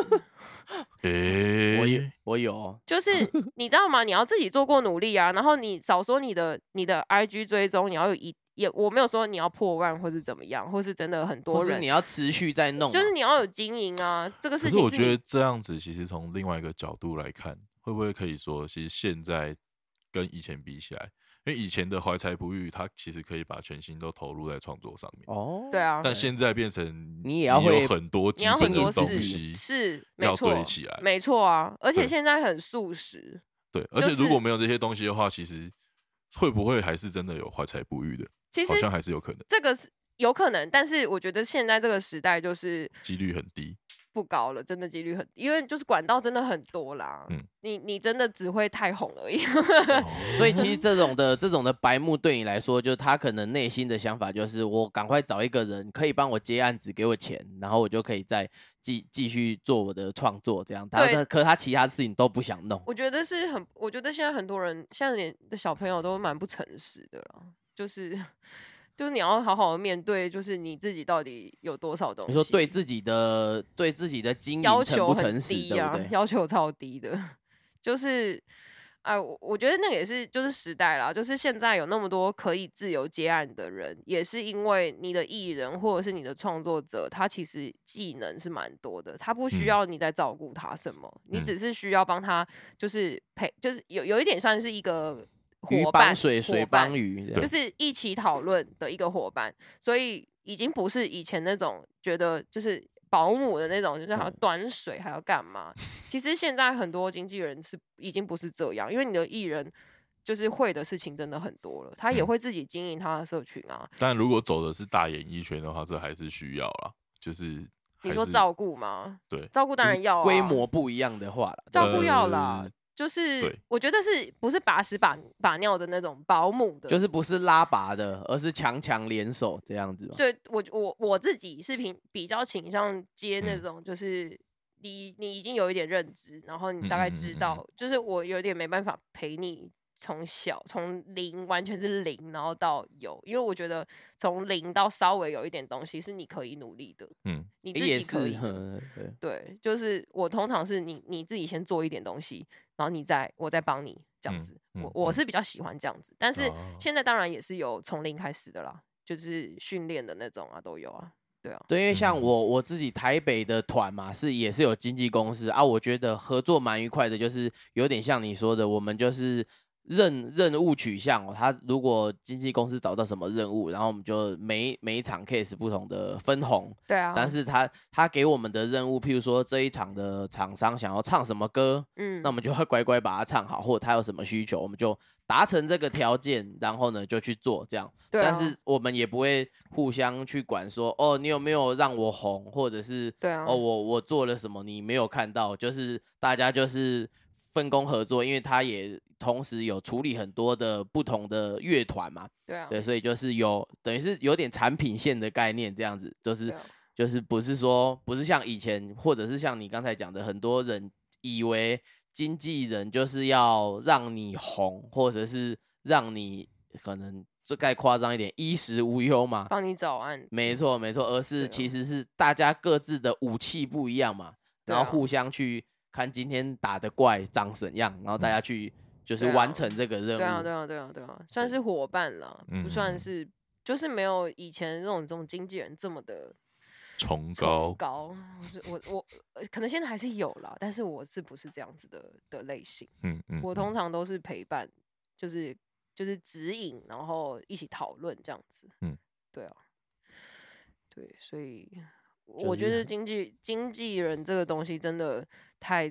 我有， 就是你知道吗？你要自己做过努力啊，然后你少说你的 IG 追踪，你要我没有说你要破万或是怎么样，或是真的很多人， 或是你要持续在弄， 就是你要有经营啊，这个事情。 可是我觉得这样子其实从另外一个角度来看，会不会可以说，其实现在跟以前比起来？因为以前的怀才不遇，他其实可以把全心都投入在创作上面。 对啊。 但现在变成你也要会有很多基本的东西是要堆起来， 没错啊。而且现在很速食。 对，而且如果没有这些东西的话，其实会不会还是真的有怀才不遇的？ 其实好像还是有可能。 这个是有可能，但是我觉得现在这个时代就是几率很低。 不高了，真的几率很低，因为就是管道真的很多啦。你真的只会太红而已。 所以其实这种的白目对你来说，就他可能内心的想法就是我赶快找一个人可以帮我接案子，给我钱，然后我就可以再继续做我的创作这样。可他其他事情都不想弄。 我觉得现在很多人现在的小朋友都蛮不诚实的啦，就是你要好好的面对，就是你自己到底有多少东西。 你说对自己的经营诚不诚实，对不对？ 要求超低的，就是我觉得那个也是就是时代啦，就是现在有那么多可以自由接案的人，也是因为你的艺人或者是你的创作者，他其实技能是蛮多的，他不需要你在照顾他什么，你只是需要帮他就是就是有一点算是一个鱼帮水，水帮鱼， 就是一起讨论的一个伙伴，所以已经不是以前那种觉得就是保姆的那种，就是还要端水还要干嘛。其实现在很多经纪人已经不是这样，因为你的艺人就是会的事情真的很多了，他也会自己经营他的社群啊。 但如果走的是大演艺圈的话，这还是需要啦，就是你说照顾吗？ 对， 照顾当然要啊， 规模不一样的话啦， 照顾要啦。就是我觉得不是把屎把尿的那种保姆的， 就是不是拉拔的，而是强联手这样子。 所以我自己是比较倾向接那种，就是你已经有一点认知，然后你大概知道，就是我有点没办法陪你从零完全是零，然后到有，因为我觉得从零到稍微有一点东西是你可以努力的，你自己可以的，对，就是我通常是你自己先做一点东西，然后我再帮你这样子，我是比较喜欢这样子，但是现在当然也是有从零开始的啦，就是训练的那种啊都有啊。对啊， 对，因为像我自己台北的团嘛，也是有经纪公司啊，我觉得合作蛮愉快的，就是有点像你说的，我们就是任务取向哦。他如果经纪公司找到什么任务，然后我们就每一场 case 不同的分红。 对啊， 但是他给我们的任务，譬如说这一场的厂商想要唱什么歌，那我们就会乖乖把它唱好，或者他有什么需求，我们就达成这个条件，然后呢就去做这样。 对啊， 但是我们也不会互相去管说，哦，你有没有让我红，或者是对啊， 哦，我做了什么你没有看到，就是大家就是分工合作，因为他也同时有处理很多的不同的乐团嘛， 对啊， 对，所以就是等于是有点产品线的概念这样子，就是不是像以前，或者是像你刚才讲的，很多人以为经纪人就是要让你红，或者是让你可能这该夸张一点，衣食无忧嘛， 帮你找案， 没错，而是其实是大家各自的武器不一样嘛，然后互相去看今天打的怪长怎样，然后大家去就是完成这个任务。 对啊，算是伙伴啦，不算是，就是没有以前这种经纪人这么的崇高。 我可能现在还是有啦，但是我不是这样子的类型。我通常都是陪伴，就是指引，然后一起讨论这样子。对啊，对，所以我觉得经纪人这个东西真的太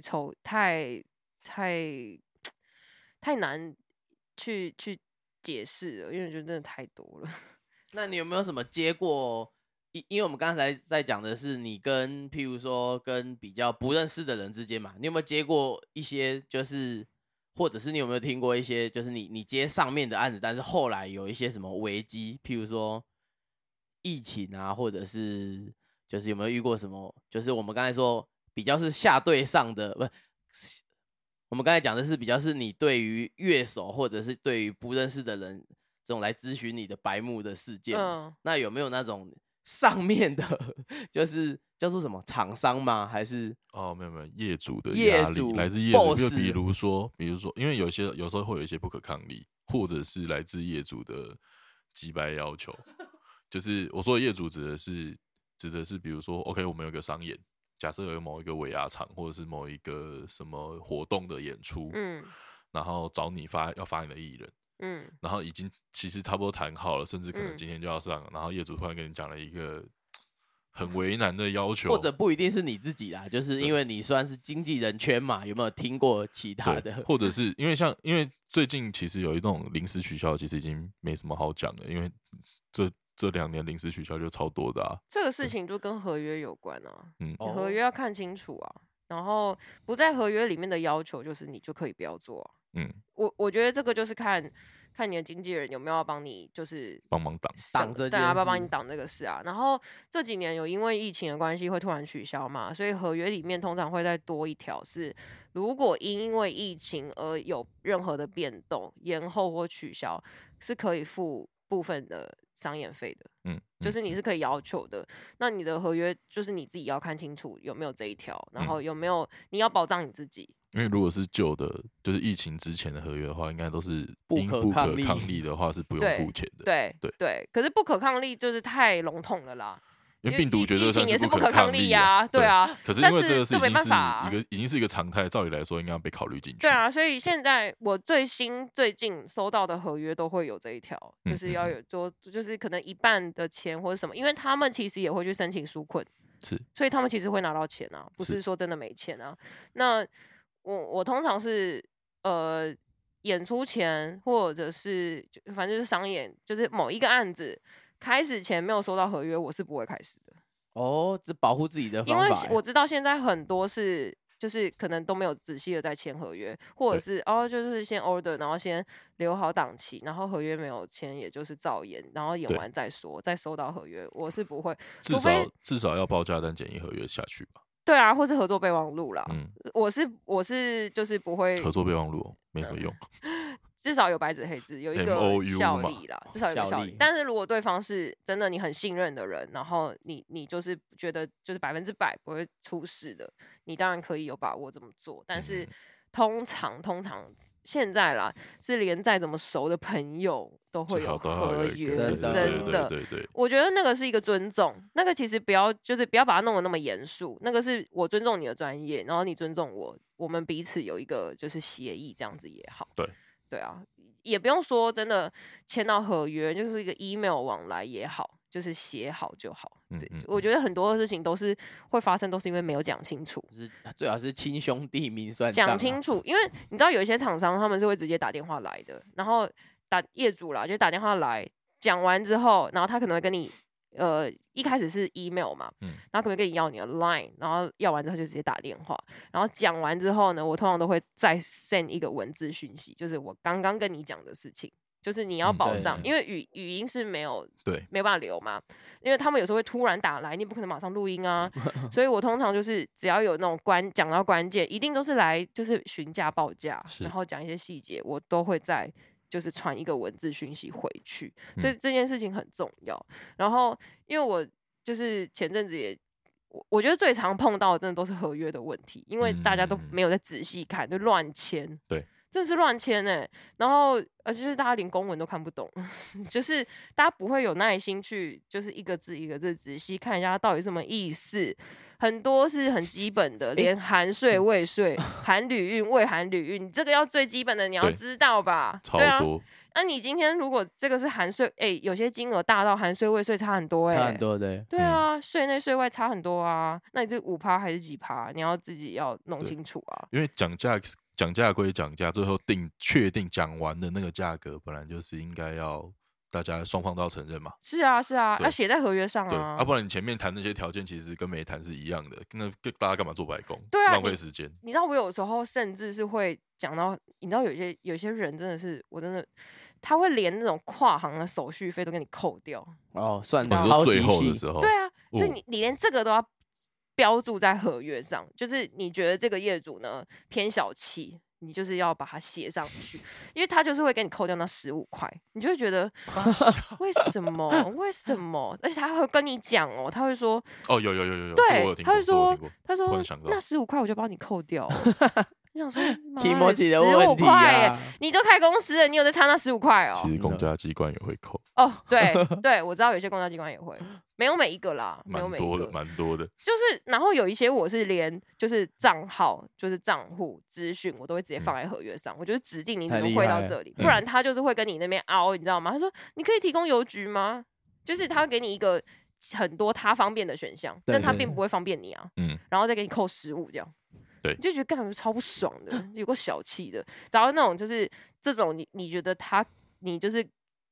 难去解释了，因为我觉得真的太多了。 那你有没有什么接过？因为我们刚才在讲的是你跟譬如说跟比较不认识的人之间嘛，你有没有接过一些就是或者是你有没有听过一些就是你接上面的案子，但是后来有一些什么危机，譬如说疫情啊，或者是就是有没有遇过什么？就是我们刚才说比较是下对上的，不，我们刚才讲的是比较是你对于乐手或者是对于不认识的人这种来咨询你的白目的事件，那有没有那种上面的，就是叫做什么厂商吗？还是没有业主的压力，来自业主，就比如说，因为有时候会有一些不可抗力，或者是来自业主的击败要求。就是我说的业主指的是，比如说 ，OK， 我们有个商演，假设有某一个尾牙场，或者是某一个什么活动的演出，然后找你要发你的艺人。然后已经其实差不多谈好了，甚至可能今天就要上，然后业主突然跟你讲了一个很为难的要求， 或者不一定是你自己啦，就是因为你算是经纪人圈嘛，有没有听过其他的？ 或者是因为最近其实有一种临时取消，其实已经没什么好讲的，因为这这2年临时取消就超多的啊。 这个事情就跟合约有关啊， 嗯， 你合约要看清楚啊，然后不在合约里面的要求就是你就可以不要做啊。我觉得这个就是看你的经纪人有没有要帮你，就是帮忙挡这件事， 对啊，要不要帮你挡这个事啊？然后这几年有因为疫情的关系会突然取消嘛，所以合约里面通常会再多一条是，如果因为疫情而有任何的变动、延后或取消，是可以付部分的商演费的。就是你是可以要求的。那你的合约就是你自己要看清楚有没有这一条，然后有没有你要保障你自己。 因为如果是旧的，就是疫情之前的合约的话，应该都是不因可抗力抗力的话是不用付钱的。 对，可是不可抗力就是太笼统了啦。 因为病毒绝对疫情也是不可抗抗力呀，对啊。 可是因为这个事没情办法已经是一个常态，照理来说应该要被考虑进去。 对啊，所以现在我最近收到的合约都会有这一条，就是要有就是可能一半的钱或者什么，因为他们其实也会去申请纾困， 是， 所以他们其实会拿到钱啊，不是说真的没钱啊。那我通常是演出前或者是反正就是商演，就是某一个案子开始前没有收到合约，我是不会开始的。 只保护自己的方法。 因为我知道现在很多是就是可能都没有仔细的在签合约，或者是就是先 order， 然后先留好档期，然后合约没有签，也就是照演，然后演完再说，再收到合约，我是不会， 至少要报价单简易合约下去吧。 对啊，或是合作备忘录啦。我是就是不会合作备忘录没什么用。 至少有白纸黑字，有一个效力啦，至少有个效力。但是如果对方是真的你很信任的人，然后你就是觉得就是100%不会出事的，你当然可以有把握这么做。但是通常现在啦，是连再怎么熟的朋友都会有合约，真的。 对， 我觉得那个是一个尊重，那个其实不要把它弄得那么严肃，那个是我尊重你的专业，然后你尊重我们彼此有一个就是协议，这样子也好。对啊，也不用说真的签到合约，就是一个 email 往来也好，就是写好就好。对，我觉得很多的事情都是会发生，都是因为没有讲清楚。 最好是亲兄弟明算账， 讲清楚，因为你知道有一些厂商他们是会直接打电话来的，然后业主啦就打电话来，讲完之后，然后他可能会跟你一开始是 email 嘛，然后可能跟你要你的 line， 然后要完之后就直接打电话，然后讲完之后呢，我通常都会再 send 一个文字讯息，就是我刚刚跟你讲的事情，就是你要保障，因为语音是没有办法留嘛，因为他们有时候会突然打来，你不可能马上录音啊，所以我通常就是只要有那种讲到关键，一定都是来就是询价报价，然后讲一些细节，我都会在就是传一个文字讯息回去，这件事情很重要。然后因为我就是前阵子我觉得最常碰到的真的都是合约的问题，因为大家都没有在仔细看，就乱签， 对， 真的是乱签然后就是大家连公文都看不懂，就是大家不会有耐心去就是一个字一个字仔细看一下它到底什么意思。很多是很基本的，连含税、未税、含旅运、未含旅运，这个要最基本的你要知道吧？ 超多。 那你今天如果这个是含税，有些金额大到含税未税差很多， 差很多对。 对啊，税内税外差很多啊。那你这5%还是几%，你要自己要弄清楚啊。 因为讲价归讲价，最后确定讲完的那个价格，本来就是应该要大家双方都要承认嘛。 是啊，要写在合约上啊。 对，不然你前面谈那些条件，其实跟没谈是一样的，那大家干嘛做白工？ 对啊， 浪费时间。 你知道我有时候甚至是会讲到，你知道有些人真的是，我真的他会连那种跨行的手续费都给你扣掉。 算到超级最后的时候。 对啊，所以你连这个都要标注在合约上，就是你觉得这个业主呢偏小气。你就是要把它写上去，因为他就是会给你扣掉那15块，你就会觉得为什么？而且他会跟你讲他会说有， 对，他会说那 15块我就帮你扣掉。你想说 15 块你都开公司了，你有在差那15块其实公家机关也会扣对，我知道有些公家机关也会，没有每一个啦，没有每一个， 蛮多的。 就是然后有一些我是连就是账号就是账户资讯我都会直接放在合约上，我就是指定你只能汇到这里，不然他就是会跟你那边凹，你知道吗？他说你可以提供邮局吗？就是他会给你一个很多他方便的选项，但他并不会方便你啊，然后再给你扣15这样。 对， 你就觉得干超不爽的，有够小气的。找到那种就是这种你觉得你就是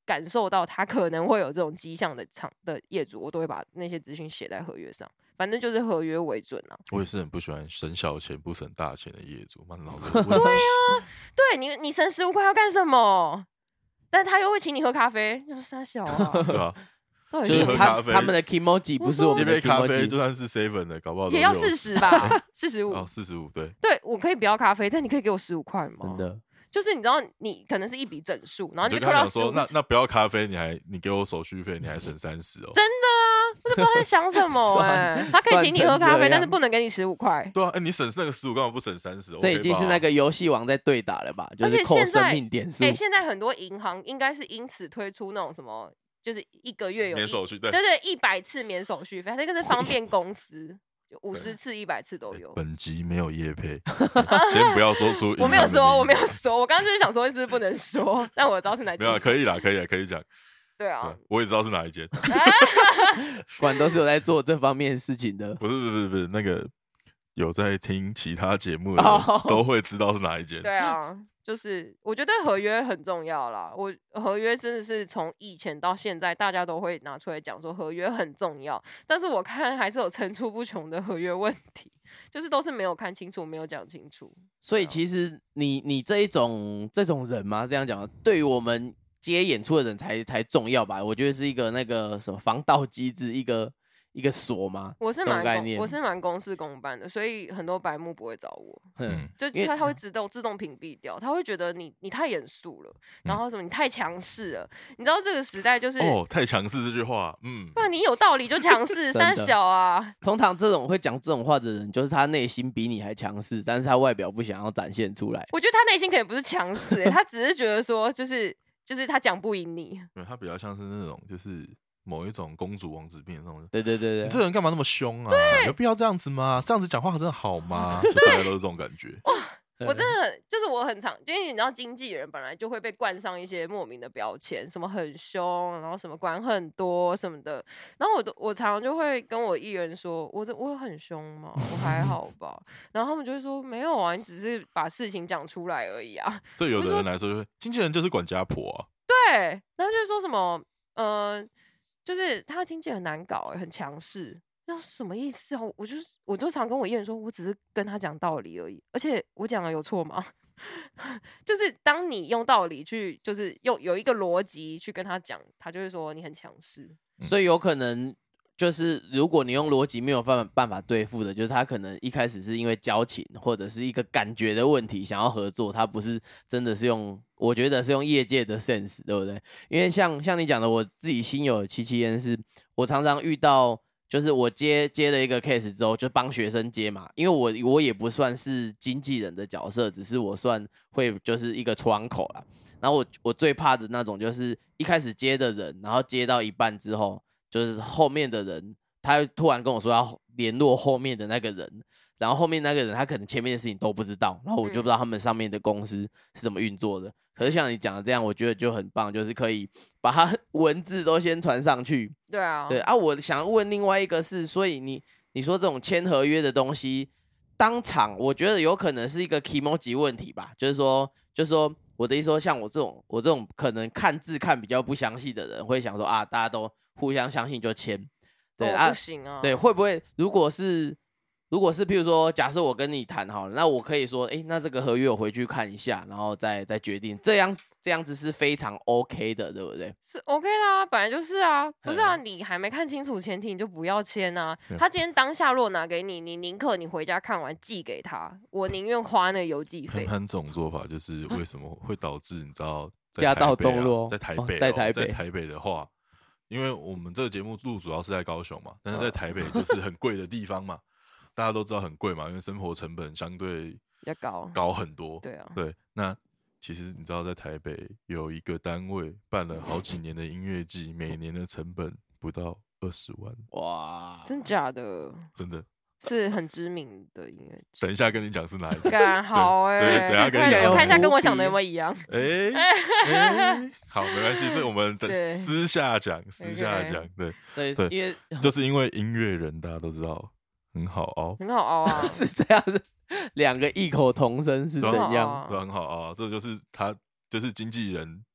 感受到他可能会有这种迹象的业主，我都会把那些资讯写在合约上，反正就是合约为准啊。 我也是很不喜欢省小钱不省大钱的业主，蛮老的。对啊，对你省15块要干什么？但他又会请你喝咖啡，就是傻小啊。 对啊。 就是他们的 Kimoji 不是我们的 Kimoji， 一杯咖啡就算是 7 的，搞不好也要40吧，45。 哦，45，对。 对，我可以不要咖啡，但你可以给我15块吗？ 真的， 就是你知道，你可能是一笔整数，然后你就扣到说，那不要咖啡，你给我手续费，你还省30哦。 真的啊，我都不知道在想什么他可以请你喝咖啡，但是不能给你15块。 对啊，你省那个15，干嘛不省30？ 这已经是那个游戏王在对打了吧？就是扣生命点数。 现在很多银行应该是因此推出那种什么。就是1个月有免手续，对 100次免手续费，那个是方便公司，就50次、100次都有。 本集没有业配，先不要说出。 我没有说，我刚刚就是想说是不是不能说，但我知道是哪间。 没有，可以啦，可以讲。 对啊， 我也知道是哪一间。 果然都是有在做这方面的事情的。 不是，那个有在听其他节目的都会知道是哪一间。 对啊。就是我觉得合约很重要啦，合约真的是从以前到现在，大家都会拿出来讲说合约很重要，但是我看还是有层出不穷的合约问题，就是都是没有看清楚，没有讲清楚。 所以其实你这种人嘛，这样讲，对于我们接演出的人才重要吧？我觉得是一个那个什么防盗机制，一个锁嘛。 我是蛮公事公办的，所以很多白目不会找我。就他会自动屏蔽掉，他会觉得你太严肃了，然后什么你太强势了。你知道这个时代就是太强势这句话， 不然你有道理就强势，三小啊。 通常这种会讲这种话的人，就是他内心比你还强势，但是他外表不想要展现出来。 我觉得他内心可能不是强势，他只是觉得说就是他讲不赢你。 他比较像是那种就是某一种公主王子病的那种。 对，你这个人干嘛那么凶啊？有必要这样子吗？这样子讲话真的好吗？就大家都是这种感觉。 我真的就是我很常，因为你知道经纪人本来就会被冠上一些莫名的标签，什么很凶，然后什么管很多什么的，然后我常常就会跟我艺人说，我有很凶吗？我还好吧，然后他们就会说没有啊，你只是把事情讲出来而已啊。 对有的人来说，经纪人就是管家婆啊。 对，然后就说什么就是他经纪人难搞，很强势。那什么意思啊？我就常跟我艺人说，我只是跟他讲道理而已，而且我讲的有错吗？就是当你用道理去，就是有一个逻辑去跟他讲，他就会说你很强势。 所以有可能就是如果你用逻辑没有办法对付的，就是他可能一开始是因为交情或者是一个感觉的问题想要合作，他不是真的是我觉得是用业界的 sense， 对不对？因为像你讲的，我自己心有戚戚焉，是我常常遇到。就是我接了一个 case 之后，就帮学生接嘛，因为我也不算是经纪人的角色，只是我算会就是一个窗口啦。然后我最怕的那种就是一开始接的人，然后接到一半之后，就是后面的人他突然跟我说要联络后面的那个人，然后后面那个人他可能前面的事情都不知道，然后我就不知道他们上面的公司是怎么运作的。可是像你讲的这样，我觉得就很棒，就是可以把它文字都先传上去。 对啊， 对啊，我想问另外一个是，所以你说这种签合约的东西，当场我觉得有可能是一个 kimoji 问题吧，就是说我的意思说，像我这种可能看字看比较不详细的人，会想说啊，大家都互相相信就签，对不行啊， 对，会不会如果是譬如说，假设我跟你谈好了，那我可以说，那这个合约我回去看一下，然后再决定，这样子是非常 OK 的，对不对？ 是 OK 啦，本来就是啊，不是啊，你还没看清楚前提你就不要签啊。他今天当下如果拿给你，你宁可你回家看完寄给他，我宁愿花那个邮寄费。 潘这种做法就是为什么会导致你知道家道中落， 在台北， 在台北的话，因为我们这个节目录主要是在高雄嘛，但是在台北就是很贵的地方嘛。大家都知道很贵嘛，因为生活成本相对比较高很多。 对啊， 对。那其实你知道，在台北有一个单位办了好几年的音乐季，每年的成本不到20万。 哇， 真假的？ 真的是很知名的音乐季。 等一下跟你讲是哪一个。 好对，等一下跟你讲。 我看一下跟我想的有没有一样。 好，没关系，这我们等私下讲，对，就是因为音乐人大家都知道。很好熬， 很好熬啊！ 是这样子，两个异口同声是怎样？ 对，很好熬，这就是他，就是经纪人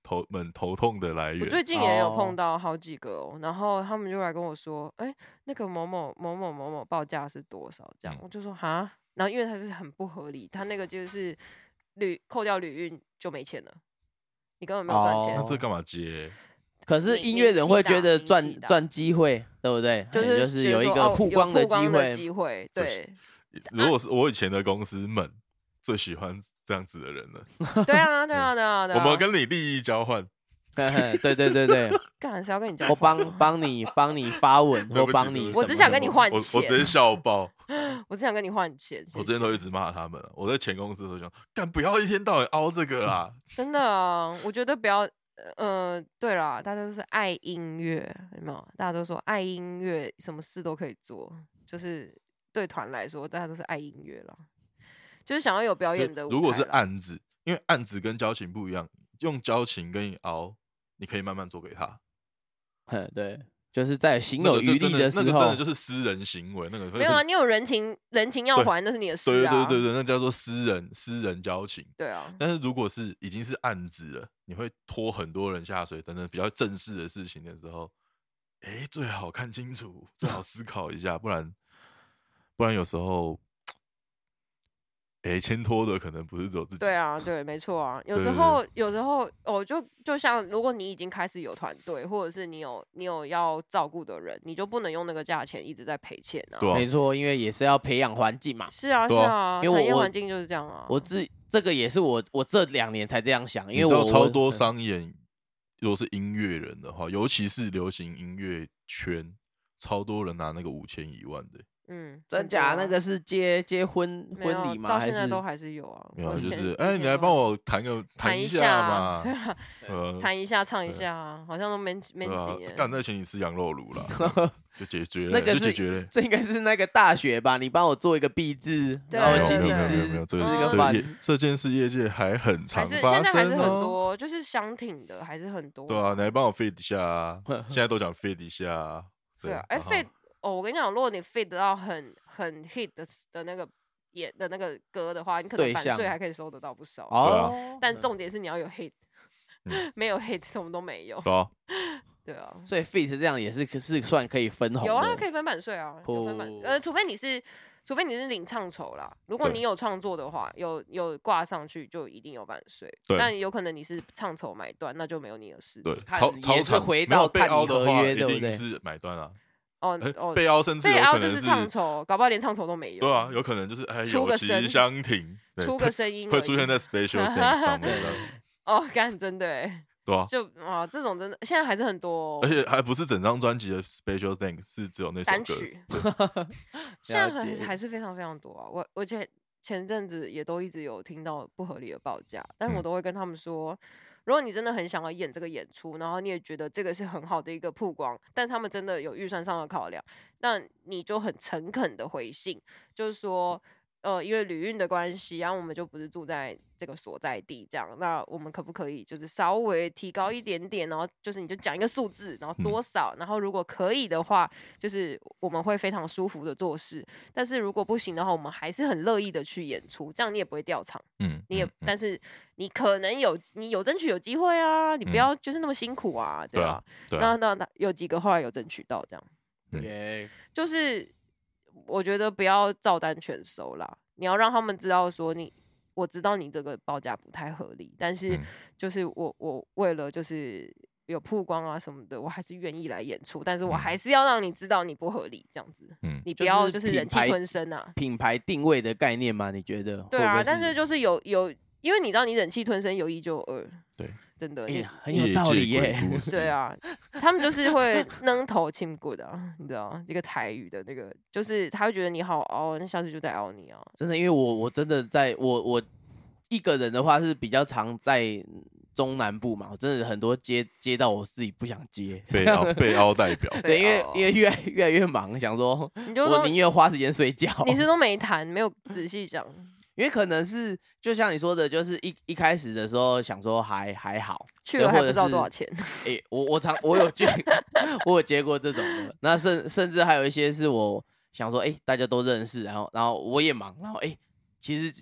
头痛的来源。 我最近也有哦碰到好几个哦，然后他们就来跟我说，哎，那个某某某某某某报价是多少？这样，我就说哈，然后因为他是很不合理，他那个就是扣掉旅运就没钱了，你根本没有赚钱。 那这干嘛接？ 可是音乐人会觉得赚机会，对不对？就是有一个曝光的机会。对， 如果是我以前的公司们最喜欢这样子的人了。 对啊， 我们跟你利益交换。 对， 干是要跟你交我换， 帮你发文，或帮你， 我只想跟你换钱， 我直接笑爆。 我只想跟你换钱。 我之前都一直骂他们了，我在前公司都想，干不要一天到晚凹这个啦。 真的啊，我觉得不要。对啦，大家都是爱音乐，有没有？大家都说爱音乐，什么事都可以做。就是对团来说，大家都是爱音乐啦，就是想要有表演的舞台。 如果是案子，因为案子跟交情不一样，用交情跟你熬，你可以慢慢做给他。 对，就是在行有余力的时候， 那个真的就是私人行为。那个没有啊，你有人情要还，那是你的事啊。 对，那叫做私人交情。 对啊。 但是如果是已经是案子了，你会拖很多人下水等等比较正式的事情的时候，最好看清楚，最好思考一下，不然有时候。牵拖的可能不是只有自己。 对啊，对，没错啊。有时候哦，就像如果你已经开始有团队，或者是你有要照顾的人，你就不能用那个价钱一直在赔钱啊。 对啊， 没错，因为也是要培养环境嘛。 是啊， 因为产业环境就是这样啊。 这个也是我这2年才这样想，因为我超多商演，如果是音乐人的话，尤其是流行音乐圈，超多人拿那个5000、10000的。 真假？那个是接婚礼吗？ 到现在都还是有啊。 没有，就是你来帮我弹一下嘛， 弹一下，唱一下啊，好像都没几年。 干那请你吃羊肉炉了，就解决了。 那个是这应该是那个大学吧？你帮我做一个壁纸，然后请你吃个饭。 这件事业界还很常发生， 现在还是很多，就是相挺的还是很多。 对啊，你来帮我 feed 一下啊，现在都讲 feed 一下啊。 对啊，feed。我跟你讲，如果你 fit 到很 hit 的那个的那个歌的话，你可能版税还可以收得到不少。 哦， 但重点是你要有 hit，没有 hit 什么都没有。对啊， 所以 fit 这样也是算可以分红的。 有啊，可以分版税啊，有分版。除非你是领唱酬啦，如果你有创作的话，有挂上去就一定有版税。但有可能你是唱酬买断，那就没有你的事。 对， 也是回到看你合约，对不对？ 是买断啊。 被凹甚至被凹就是唱酬，搞不好连唱酬都没有。 对啊，有可能就是出个声相挺， 出个声音会出现在 special things 上面的。 干真的对啊， 就这种真的现在还是很多， 而且还不是整张专辑的 special things， 是只有那首歌单曲。现在还是非常非常多啊！我前阵子也都一直有听到不合理的报价，但我都会跟他们说。如果你真的很想要演这个演出，然后你也觉得这个是很好的一个曝光，但他们真的有预算上的考量，那你就很诚恳的回信，就是说，因为旅运的关系，然后我们就不是住在这个所在地，这样，那我们可不可以就是稍微提高一点点，然后就是你就讲一个数字，然后多少，然后如果可以的话，就是我们会非常舒服的做事，但是如果不行的话，我们还是很乐意的去演出，这样你也不会掉场，但是你可能你有争取有机会啊，你不要就是那么辛苦啊，对吧？那有几个后来有争取到这样， 对， 就是我觉得不要照单全收啦，你要让他们知道说我知道你这个报价不太合理，但是就是我为了就是有曝光啊什么的，我还是愿意来演出，但是我还是要让你知道你不合理这样子，你不要就是忍气吞声啊。 品牌定位的概念吗？你觉得？ 对啊，但是就是有，因为你知道你忍气吞声有一就二， 对， 真的很有道理耶。 对啊，他们就是会扔头亲骨的，你知道这个台语的那个，就是他会觉得你好凹，那下次就再凹你啊。 真的，因为我真的我一个人的话是比较常在中南部嘛，我真的很多接到我自己不想接， 被凹代表。 对，因为越来越忙，想说我宁愿花时间睡觉。 你是都没谈，没有仔细讲。 因为可能是就像你说的，就是一开始的时候想说还好， 去了还不知道多少钱。 我有接过这种的，那甚至还有一些是我想说，大家都认识，然后我也忙，然后其实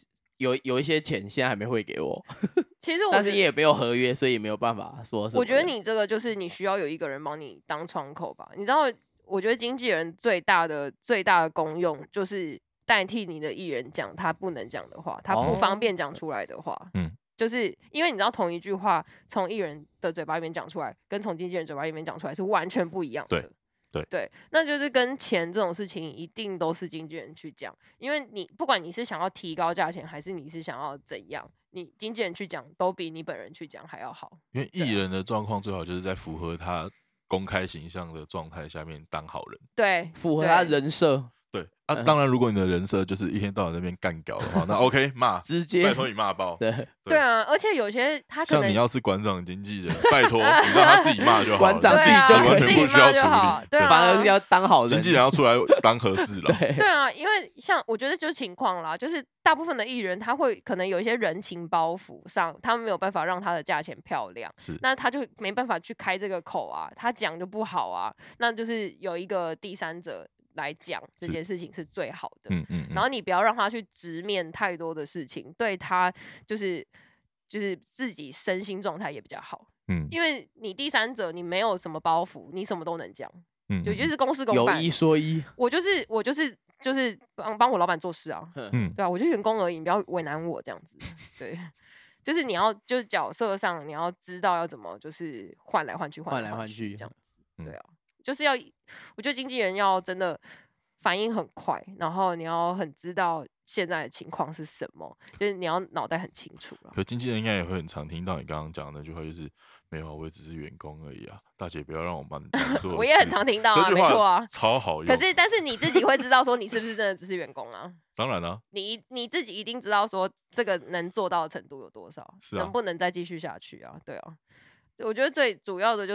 有一些钱现在还没汇给我， 其实我觉得但是也没有合约，所以也没有办法说什么。 我觉得你这个就是你需要有一个人帮你当窗口吧。你知道，我觉得经纪人最大的功用就是代替你的艺人讲他不能讲的话，他不方便讲出来的话。就是因为你知道同一句话从艺人的嘴巴里面讲出来，跟从经纪人嘴巴里面讲出来是完全不一样的。对，那就是跟钱这种事情一定都是经纪人去讲，因为你不管你是想要提高价钱，还是你是想要怎样，你经纪人去讲都比你本人去讲还要好。 因为艺人的状况最好就是在符合他公开形象的状态下面当好人， 对， 符合他人设。 对啊，当然如果你的人设就是一天到晚在那边干屌的话，那 OK 骂， 直接拜托你骂爆。 对啊，而且有些他可能像你要是馆长经纪人，拜托你让他自己骂就好了， 馆长自己就你完全不需要处理， 对啊， 反而要当好人， 经纪人要出来当和事佬。 对啊，因为像我觉得就是情况啦，就是大部分的艺人他会可能有一些人情包袱上，他们没有办法让他的价钱漂亮，那他就没办法去开这个口啊，他讲就不好啊，那就是有一个第三者来讲这件事情是最好的。然后你不要让他去直面太多的事情，对他就是自己身心状态也比较好。因为你第三者你没有什么包袱，你什么都能讲。就是公事公办， 有一说一。 我就是帮我老板做事啊。对啊，我就员工而已，你不要为难我这样子。对。就是你要就是角色上你要知道要怎么就是换来换去这样子。对啊，就是要我觉得经纪人要真的反应很快，然后你要很知道现在的情况是什么，就是你要脑袋很清楚了。 可经纪人应该也会很常听到你刚刚讲的那句话，就是没有，我也只是员工而已啊，大姐不要让我帮你做。 我也很常听到啊，没错啊， 超好用。 但是你自己会知道说你是不是真的只是员工啊？ 当然啊， 你自己一定知道说这个能做到的程度有多少，能不能再继续下去啊？对啊，我觉得最主要的就是，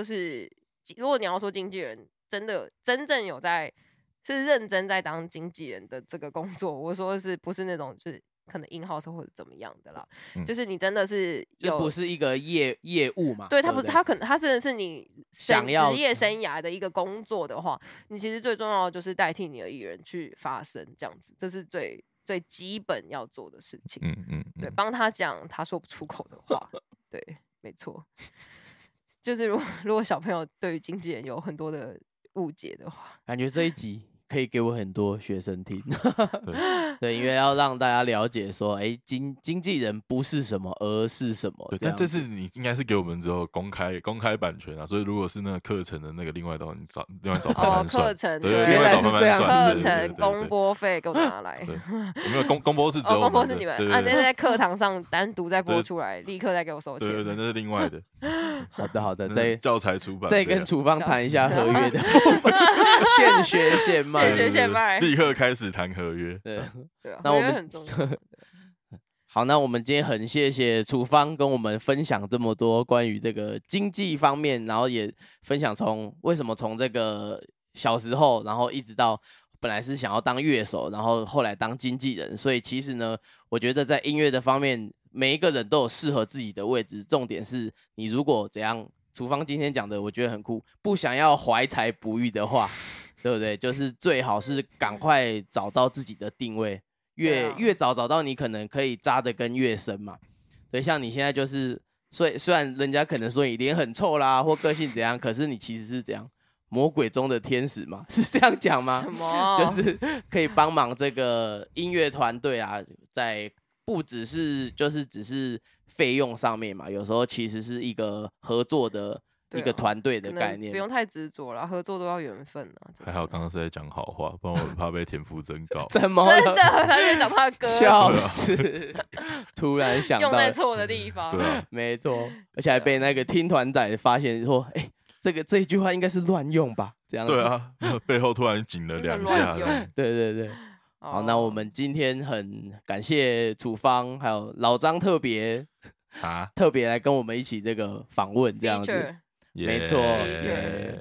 如果你要说经纪人真正有是认真在当经纪人的这个工作，我说的是不是那种就是可能 in house 或者怎么样的啦，就是你真的是就不是一个业务嘛？ 对，他不是，他可能他真的是你想要职业生涯的一个工作的话，你其实最重要的就是代替你的艺人去发声，这样子，这是最基本要做的事情。对，帮他讲他说不出口的话。对，没错。就是如果小朋友对于经纪人有很多的误解的话， 感觉这一集可以给我很多学生听。对，因为要让大家了解说，经纪人不是什么，而是什么。 对，但这次你应该是给我们之后公开版权啊，所以如果是那个课程的那个另外找潘潘算。 课程对， 原来是这样， 课程公播费给我拿来。 有没有公播是只有公播是你们啊？那在课堂上单独再播出来，立刻再给我收钱。 对，那是另外的。 好的，再教材出版， 再跟处方谈一下合约的部分，现学现卖， 立刻开始谈合约。 对啊， 那我们很重要。 好，那我们今天很谢谢处方跟我们分享这么多关于这个经济方面，然后也分享为什么从这个小时候，然后一直到本来是想要当乐手，然后后来当经纪人，所以其实呢，我觉得在音乐的方面，每一个人都有适合自己的位置，重点是你如果怎样，处方今天讲的我觉得很酷，不想要怀才不遇的话，对不对？就是最好是赶快找到自己的定位，越早找到，你可能可以扎得更越深嘛。对，像你现在就是，虽然人家可能说你脸很臭啦，或个性怎样，可是你其实是怎样魔鬼中的天使嘛？是这样讲吗？ 什么？ 就是可以帮忙这个音乐团队啊，在不只是只是费用上面嘛，有时候其实是一个合作的一个团队的概念， 不用太执着啦，合作都要缘分啊。 还好刚刚是在讲好话，不然我很怕被田馥甄告。 怎么真的？他在讲他的歌， 笑死！突然想到用在错的地方， 对啊， 没错，而且还被那个听团仔发现说，这一句话应该是乱用吧？这样对啊，背后突然紧了2下。 对。好，那我们今天很感谢处方还有老张特别来跟我们一起这个访问这样子，没错。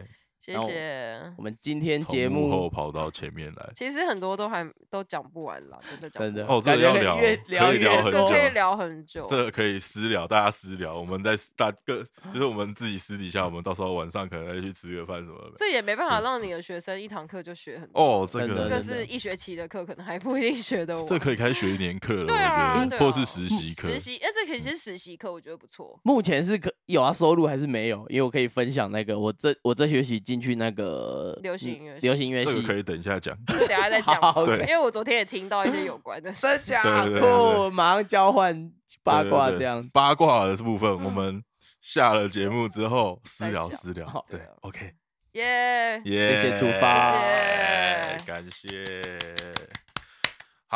谢谢。 我们今天从节幕后目跑到前面来。 其实很多都讲不完啦，真的讲真的不完。 哦，这个要聊， 越聊可以聊越多很久， 可以聊很久。 这个可以私聊，大家私聊。我们在就是我们自己私底下，我们到时候晚上可能再去吃个饭什么的。 这也没办法让你的学生一堂课就学很多。 哦，这真的这个个是一学期的课，可能还不一定学得完。 这可以开始学一年课了， 对啊我觉得， 对啊或是实习课。 实习，这可以是实习课，我觉得不错。 目前是有收入还是没有？因为我可以分享那个我这学期进去那个流行音乐系流行音乐系， 这个可以等一下讲。 这等一下再讲吧。 好对因为我昨天也听到一些有关的事。 真假对对对酷，马上交换八卦对对对这样。 八卦的部分，我们下了节目之后私聊再讲私聊好。 对对啊 ，OK， 耶， 耶， 谢谢出发谢谢感谢。